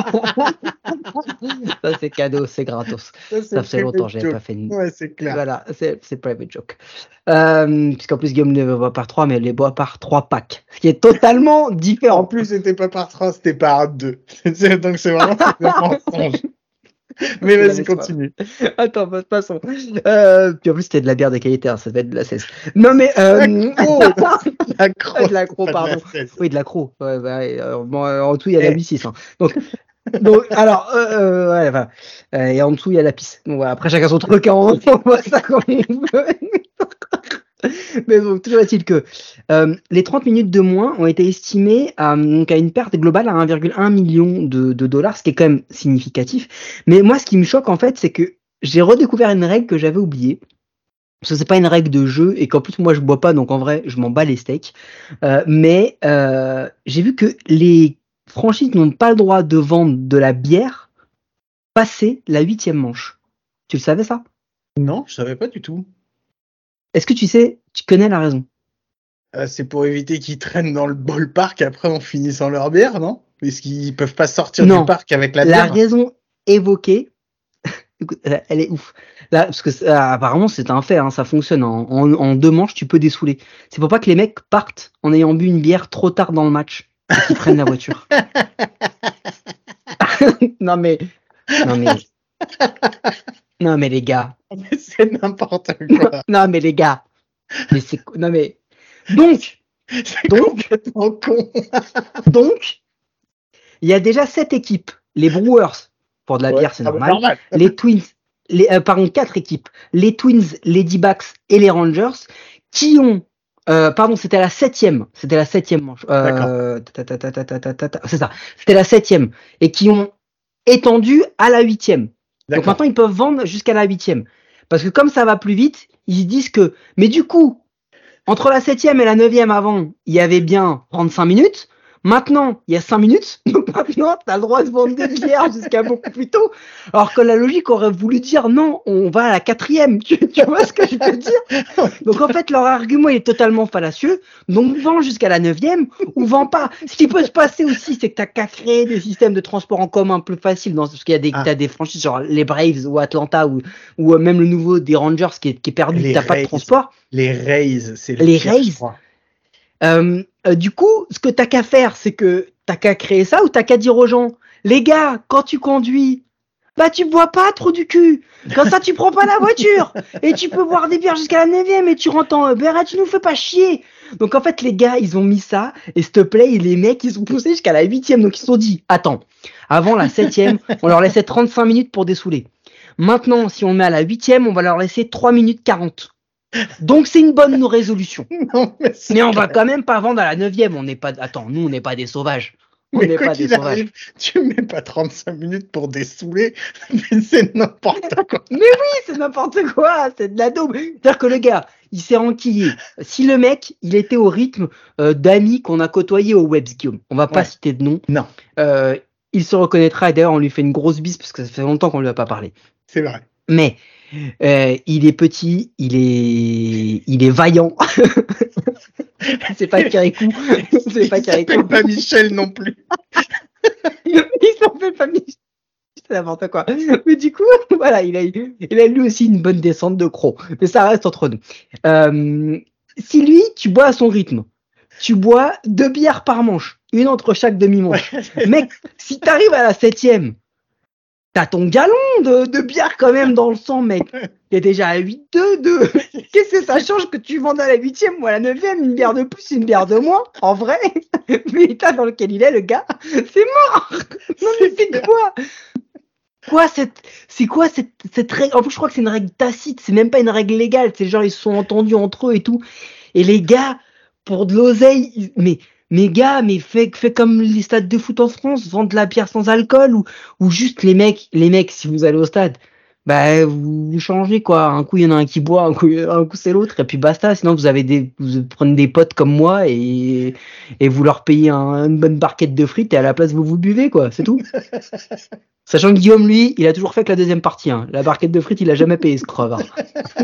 c'est cadeau, c'est gratos. Ça fait longtemps que j'avais pas fait une. Ouais, c'est clair. Voilà, c'est private joke. Puisqu'en plus Guillaume ne boit par 3, mais elle les boit par 3 packs, ce qui est totalement différent. En plus, c'était pas par 3, c'était par 2. Donc c'est vraiment un mensonge. Mais vas-y, continue. Attends, passons. Puis en plus, c'était de la bière de qualité, hein, ça devait être de la 16. Non, mais. De l'accro, pardon. Oui, de l'accro. En tout, il y a la 8-6. Hein. Donc, alors, voilà. Et en dessous, il y a la pisse. Donc voilà, après, chacun son truc, hein, on voit ça comme il veut. Mais bon, toujours est-il que les 30 minutes de moins ont été estimées à une perte globale à 1,1 million de $, ce qui est quand même significatif. Mais moi, ce qui me choque, en fait, c'est que j'ai redécouvert une règle que j'avais oubliée. parce que c'est pas une règle de jeu et qu'en plus moi je bois pas, donc en vrai je m'en bats les steaks. Mais j'ai vu que les franchises n'ont pas le droit de vendre de la bière passé la 8e manche. Tu le savais ça? Non, je savais pas du tout. Est-ce que tu connais la raison? C'est pour éviter qu'ils traînent dans le ballpark après en finissant leur bière, non? Est-ce qu'ils peuvent pas sortir Non. du parc avec la La bière? raison évoquée, écoute, elle est ouf. Là, parce que apparemment c'est un fait, hein, ça fonctionne. En 2 manches, tu peux dessouler. C'est pour pas que les mecs partent en ayant bu une bière trop tard dans le match et qu'ils prennent la voiture. Non mais les gars. C'est n'importe quoi. Non mais les gars. Non mais donc C'est complètement con. Donc, il y a déjà 7 équipes. Les Brewers, pour de la bière, c'est normal. Les Twins, 4 équipes. Les Twins, les D-backs et les Rangers qui ont... c'était la 7e. C'était la 7e manche. C'est ça. C'était la 7e. Et qui ont étendu à la 8e. Donc maintenant, ils peuvent vendre jusqu'à la 8e. Parce que comme ça va plus vite, ils se disent que... Mais du coup... Entre la 7e et la 9e avant, il y avait bien 35 minutes. Maintenant, il y a 5 minutes. Donc maintenant, tu as le droit de vendre des bières jusqu'à beaucoup plus tôt. Alors que la logique aurait voulu dire non, on va à la 4e. Tu vois ce que je veux dire? Donc en fait, leur argument est totalement fallacieux. Donc vends jusqu'à la 9e ou vends pas. Ce qui peut se passer aussi, c'est que tu n'as qu'à créer des systèmes de transport en commun plus faciles. Parce qu'il y a t'as des franchises genre les Braves ou Atlanta ou même le nouveau des Rangers qui est perdu. Tu n'as pas de transport. Les Rays, c'est les Rays. Du coup, ce que t'as qu'à faire, c'est que t'as qu'à créer ça ou t'as qu'à dire aux gens, les gars, quand tu conduis, bah tu bois pas trop du cul. Comme ça, tu prends pas la voiture et tu peux boire des bières jusqu'à la 9e et tu rentres en Uber et tu nous fais pas chier. Donc en fait, les gars, ils ont mis ça et s'il te plaît, les mecs, ils ont poussé jusqu'à la 8e. Donc ils se sont dit, attends, avant la 7e, on leur laissait 35 minutes pour dessouler. Maintenant, si on met à la 8e, on va leur laisser 3 minutes 40. Donc c'est une bonne résolution. Non, mais on va quand même pas vendre à la 9e. On n'est pas. Attends, nous on n'est pas des sauvages. On n'est pas des sauvages. Arrive, tu mets pas 35 minutes pour dessouler, mais c'est n'importe quoi. Mais oui, c'est n'importe quoi. C'est de la daube. C'est-à-dire que le gars, il s'est enquillé. Si le mec, il était au rythme d'amis qu'on a côtoyés au Webs, Guillaume, on va pas citer de nom. Non. Il se reconnaîtra et d'ailleurs on lui fait une grosse bise parce que ça fait longtemps qu'on lui a pas parlé. C'est vrai. Mais il est petit, il est vaillant. C'est pas Kirikou. C'est pas Kirikou. Il s'appelle pas Michel non plus. Il s'appelle pas Michel. C'est n'importe quoi. Mais du coup, voilà, il a lui aussi une bonne descente de croc. Mais ça reste entre nous. Si lui, tu bois à son rythme, tu bois 2 bières par manche, une entre chaque demi-manche. Mec, si t'arrives à la 7e, t'as ton galon de bière quand même dans le sang, mec. T'es déjà à 8,2. Qu'est-ce que ça change que tu vendes à la 8e ou à la 9e, une bière de plus, une bière de moins? En vrai, l'état dans lequel il est, le gars, c'est mort. Non mais c'est quoi? C'est quoi cette règle? En plus, je crois que c'est une règle tacite, c'est même pas une règle légale. C'est genre, ils se sont entendus entre eux et tout. Et les gars, pour de l'oseille, mais gars, fais comme les stades de foot en France, vendent de la bière sans alcool ou juste les mecs, si vous allez au stade, bah, vous changez, quoi. Un coup, il y en a un qui boit, un coup c'est l'autre, et puis basta. Sinon, vous prenez des potes comme moi et vous leur payez une bonne barquette de frites et à la place, vous buvez, quoi. C'est tout. Sachant que Guillaume, lui, il a toujours fait que la deuxième partie, hein. La barquette de frites, il a jamais payé ce creve, hein.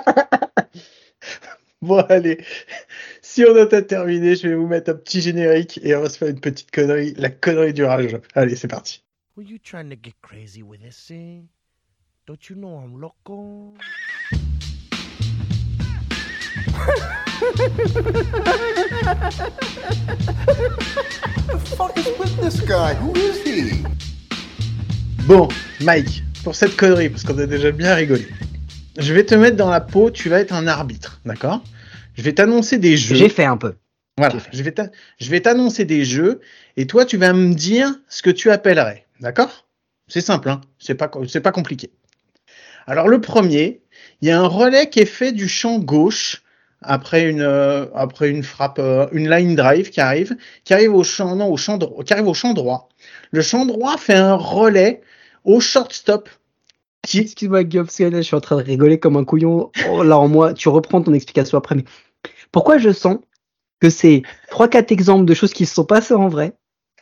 Bon, allez. Si on a terminé, je vais vous mettre un petit générique et on va se faire une petite connerie. La connerie du rage. Allez, c'est parti. Were you trying to get crazy with this thing? Don't you know I'm loco? The fuck is with this guy? Who is he? Bon, Mike, pour cette connerie, parce qu'on a déjà bien rigolé, je vais te mettre dans la peau, tu vas être un arbitre, d'accord? Je vais t'annoncer des jeux. J'ai fait un peu. Voilà, je vais t'annoncer des jeux, et toi, tu vas me dire ce que tu appellerais, d'accord? C'est simple, hein, c'est pas compliqué. Alors, le premier, il y a un relais qui est fait du champ gauche, après une frappe, une line drive qui arrive au champ droit. Le champ droit fait un relais au shortstop Excuse-moi Guillaume, parce que là je suis en train de rigoler comme un couillon. Oh, là en moi, tu reprends ton explication après. Mais pourquoi je sens que c'est 3-4 exemples de choses qui se sont passées en vrai,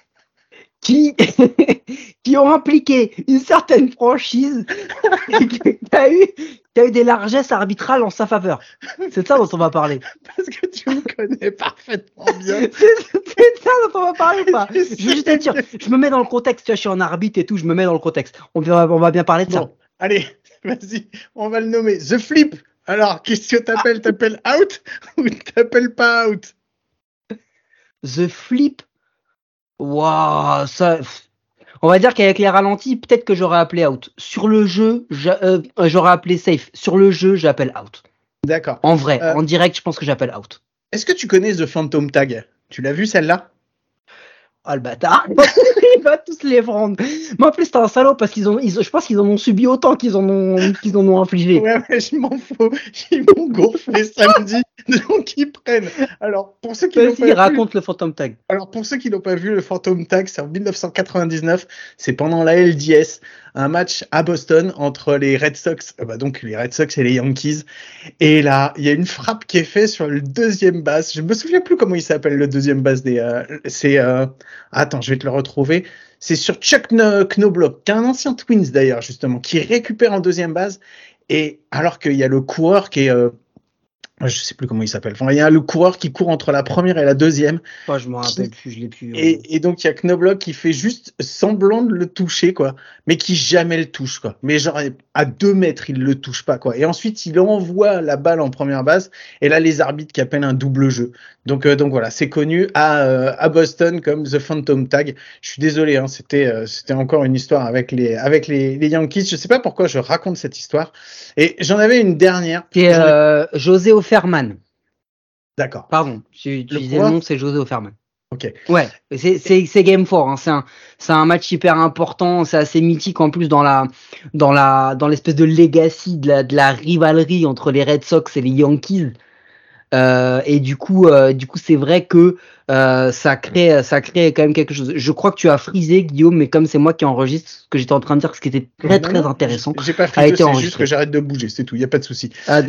qui qui ont impliqué une certaine franchise et qui a eu des largesses arbitrales en sa faveur. C'est de ça dont on va parler. Parce que tu me connais parfaitement bien. C'est de ça dont on va parler ou pas? Je Je veux juste être sûr. Je me mets dans le contexte. Tu vois, je suis en arbitre et tout. Je me mets dans le contexte. On va bien parler de ça. Bon, allez, vas-y, on va le nommer. The Flip. Alors, qu'est-ce que t'appelles? T'appelles out ou t'appelles pas out? The Flip. Waouh, ça. On va dire qu'avec les ralentis, peut-être que j'aurais appelé out. Sur le jeu, j'aurais appelé safe. Sur le jeu, j'appelle out. D'accord. En vrai, en direct, je pense que j'appelle out. Est-ce que tu connais The Phantom Tag? Tu l'as vu celle-là? Oh le bâtard. Il va tous les prendre. Mais en plus, c'est un salaud parce je pense qu'ils en ont subi autant qu'ils en ont infligé. Ouais, mais je m'en fous. Ils m'ont gonflé samedi, donc ils prennent. Alors, pour ceux qui n'ont pas vu... raconte le Phantom Tag. Alors, pour ceux qui n'ont pas vu le Phantom Tag, c'est en 1999. C'est pendant la LDS, un match à Boston entre les Red Sox, donc les Red Sox et les Yankees. Et là, il y a une frappe qui est faite sur le deuxième base. Je me souviens plus comment il s'appelle le deuxième base Attends, je vais te le retrouver. C'est sur Chuck Knobloch, qui est un ancien Twins d'ailleurs, justement, qui récupère en deuxième base. Et alors qu'il y a le coureur qui est... je sais plus comment il s'appelle. Enfin, il y a le coureur qui court entre la première et la deuxième. Oh, je me rappelle plus, je l'ai plus. Et donc, il y a Knobloch qui fait juste semblant de le toucher, quoi. Mais qui jamais le touche, quoi. Mais genre, à 2 mètres, il le touche pas, quoi. Et ensuite, il envoie la balle en première base. Et là, les arbitres qui appellent un double jeu. Donc voilà, c'est connu à Boston comme The Phantom Tag. Je suis désolé, hein, c'était encore une histoire avec les Yankees. Je sais pas pourquoi je raconte cette histoire. Et j'en avais une dernière. C'est José Offerman. D'accord. Pardon, tu disais le nom, c'est José Offerman. Ok. Ouais, c'est Game 4. Hein. C'est un match hyper important. C'est assez mythique en plus dans l'espèce de legacy de la rivalerie entre les Red Sox et les Yankees. Et du coup, c'est vrai que ça crée quand même quelque chose. Je crois que tu as frisé, Guillaume, mais comme c'est moi qui enregistre, ce que j'étais en train de dire, ce qui était très intéressant. J'ai pas frisé, c'est juste que j'arrête de bouger, c'est tout. Y a pas de souci.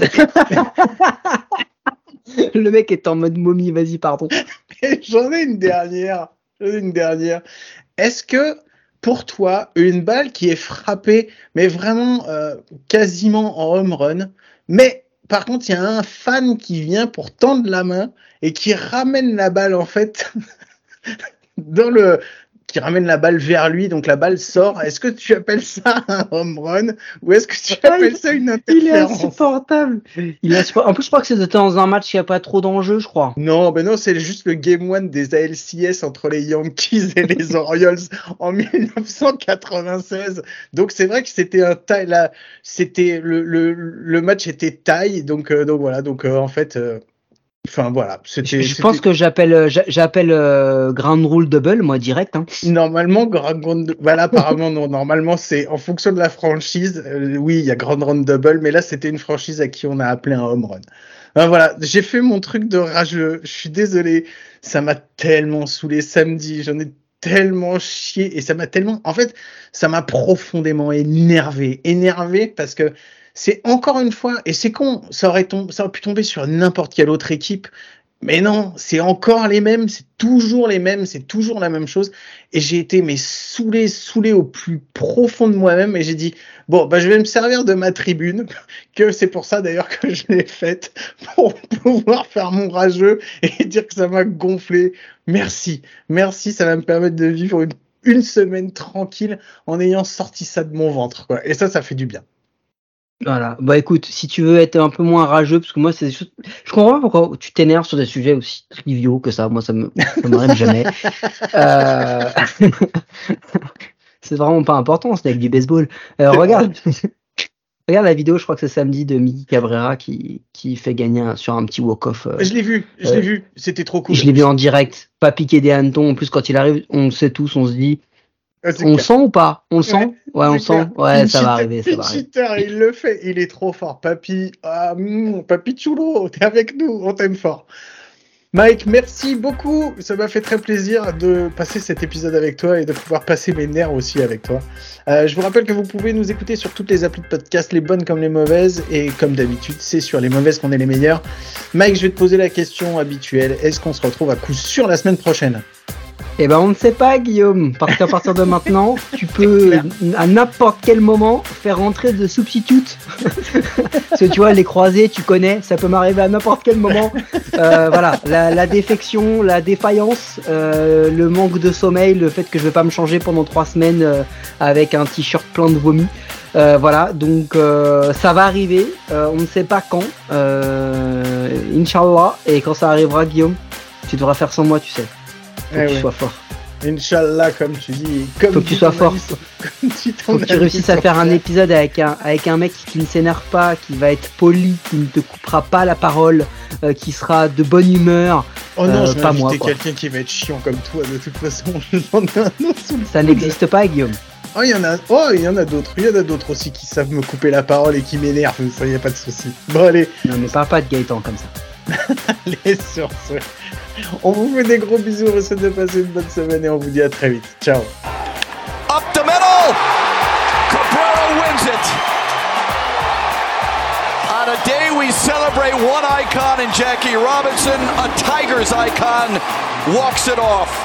Le mec est en mode momie. Vas-y, pardon. J'en ai une dernière. Est-ce que pour toi, une balle qui est frappée, mais vraiment quasiment en home run, mais par contre, il y a un fan qui vient pour tendre la main et qui ramène la balle en fait qui ramène la balle vers lui, donc la balle sort. Est-ce que tu appelles ça un home run ou est-ce que tu appelles ça une interférence? Il est insupportable. En plus, je crois que c'était dans un match qui a pas trop d'enjeu, je crois. Non, c'est juste le Game 1 des ALCS entre les Yankees et les Orioles en 1996. Donc c'est vrai que c'était un tie là, c'était le match était tie, donc voilà, en fait. Enfin voilà, je pense que j'appelle ground rule double moi direct. Hein. Normalement, apparemment non. Normalement, c'est en fonction de la franchise. Oui, il y a ground rule double, mais là, c'était une franchise à qui on a appelé un home run. Ben, voilà, j'ai fait mon truc de rageux. Je suis désolé, ça m'a tellement saoulé samedi. J'en ai tellement chié et ça m'a profondément énervé parce que c'est encore une fois, et c'est con, ça aurait pu tomber sur n'importe quelle autre équipe, mais non, c'est encore les mêmes, c'est toujours les mêmes, c'est toujours la même chose, et j'ai été saoulé au plus profond de moi-même, et j'ai dit, bon, je vais me servir de ma tribune, que c'est pour ça d'ailleurs que je l'ai faite, pour pouvoir faire mon rageux, et dire que ça m'a gonflé. Merci, ça va me permettre de vivre une semaine tranquille, en ayant sorti ça de mon ventre, quoi, et ça fait du bien. Voilà. Bah écoute, si tu veux être un peu moins rageux, parce que moi c'est des choses... Je comprends pas pourquoi tu t'énerves sur des sujets aussi triviaux que ça. Moi ça m'arrive jamais. C'est vraiment pas important, c'est avec du baseball. Regarde la vidéo, je crois que c'est samedi, de Miggy Cabrera qui fait gagner sur un petit walk-off. Je l'ai vu, c'était trop cool. Je l'ai vu en direct, pas piqué des hannetons. En plus quand il arrive, on le sait tous, on se dit... On le sent ou pas? On le sent? Ouais, on le sent. Ouais, ça va arriver. Il le fait. Il est trop fort. Papi, Papi Chulo, t'es avec nous. On t'aime fort. Mike, merci beaucoup. Ça m'a fait très plaisir de passer cet épisode avec toi et de pouvoir passer mes nerfs aussi avec toi. Je vous rappelle que vous pouvez nous écouter sur toutes les applis de podcast, les bonnes comme les mauvaises. Et comme d'habitude, c'est sur les mauvaises qu'on est les meilleurs. Mike, je vais te poser la question habituelle. Est-ce qu'on se retrouve à coup sûr la semaine prochaine ? Eh ben on ne sait pas, Guillaume, parce qu'à partir de maintenant, tu peux à n'importe quel moment faire rentrer de substitute. Parce que tu vois, les croisés, tu connais, ça peut m'arriver à n'importe quel moment. Voilà, la défection, la défaillance, le manque de sommeil, le fait que je vais pas me changer pendant 3 semaines avec un t-shirt plein de vomi. Voilà, donc ça va arriver, on ne sait pas quand, Inch'Allah, et quand ça arrivera, Guillaume, tu devras faire sans moi, tu sais. Faut que tu sois fort. Inch'Allah, comme tu dis. Faut que tu sois fort. Faut que tu réussisses à faire un épisode avec un mec qui ne s'énerve pas, qui va être poli, qui ne te coupera pas la parole, qui sera de bonne humeur. Oh non, je vais pas moi. Quelqu'un qui va être chiant comme toi, de toute façon. J'en ai un autre sous le Ça n'existe pas, Guillaume. Oh, il y en a d'autres. Il y en a d'autres aussi qui savent me couper la parole et qui m'énervent. Ça, y a pas de souci. Bon, allez. Non, mais parle pas de Gaëtan comme ça. Allez, sur ce. On vous fait des gros bisous, on essaie de passer une bonne semaine et on vous dit à très vite. Ciao. Up the middle. Cabrera wins it. On a day we celebrate one icon in Jackie Robinson, a Tigers icon walks it off.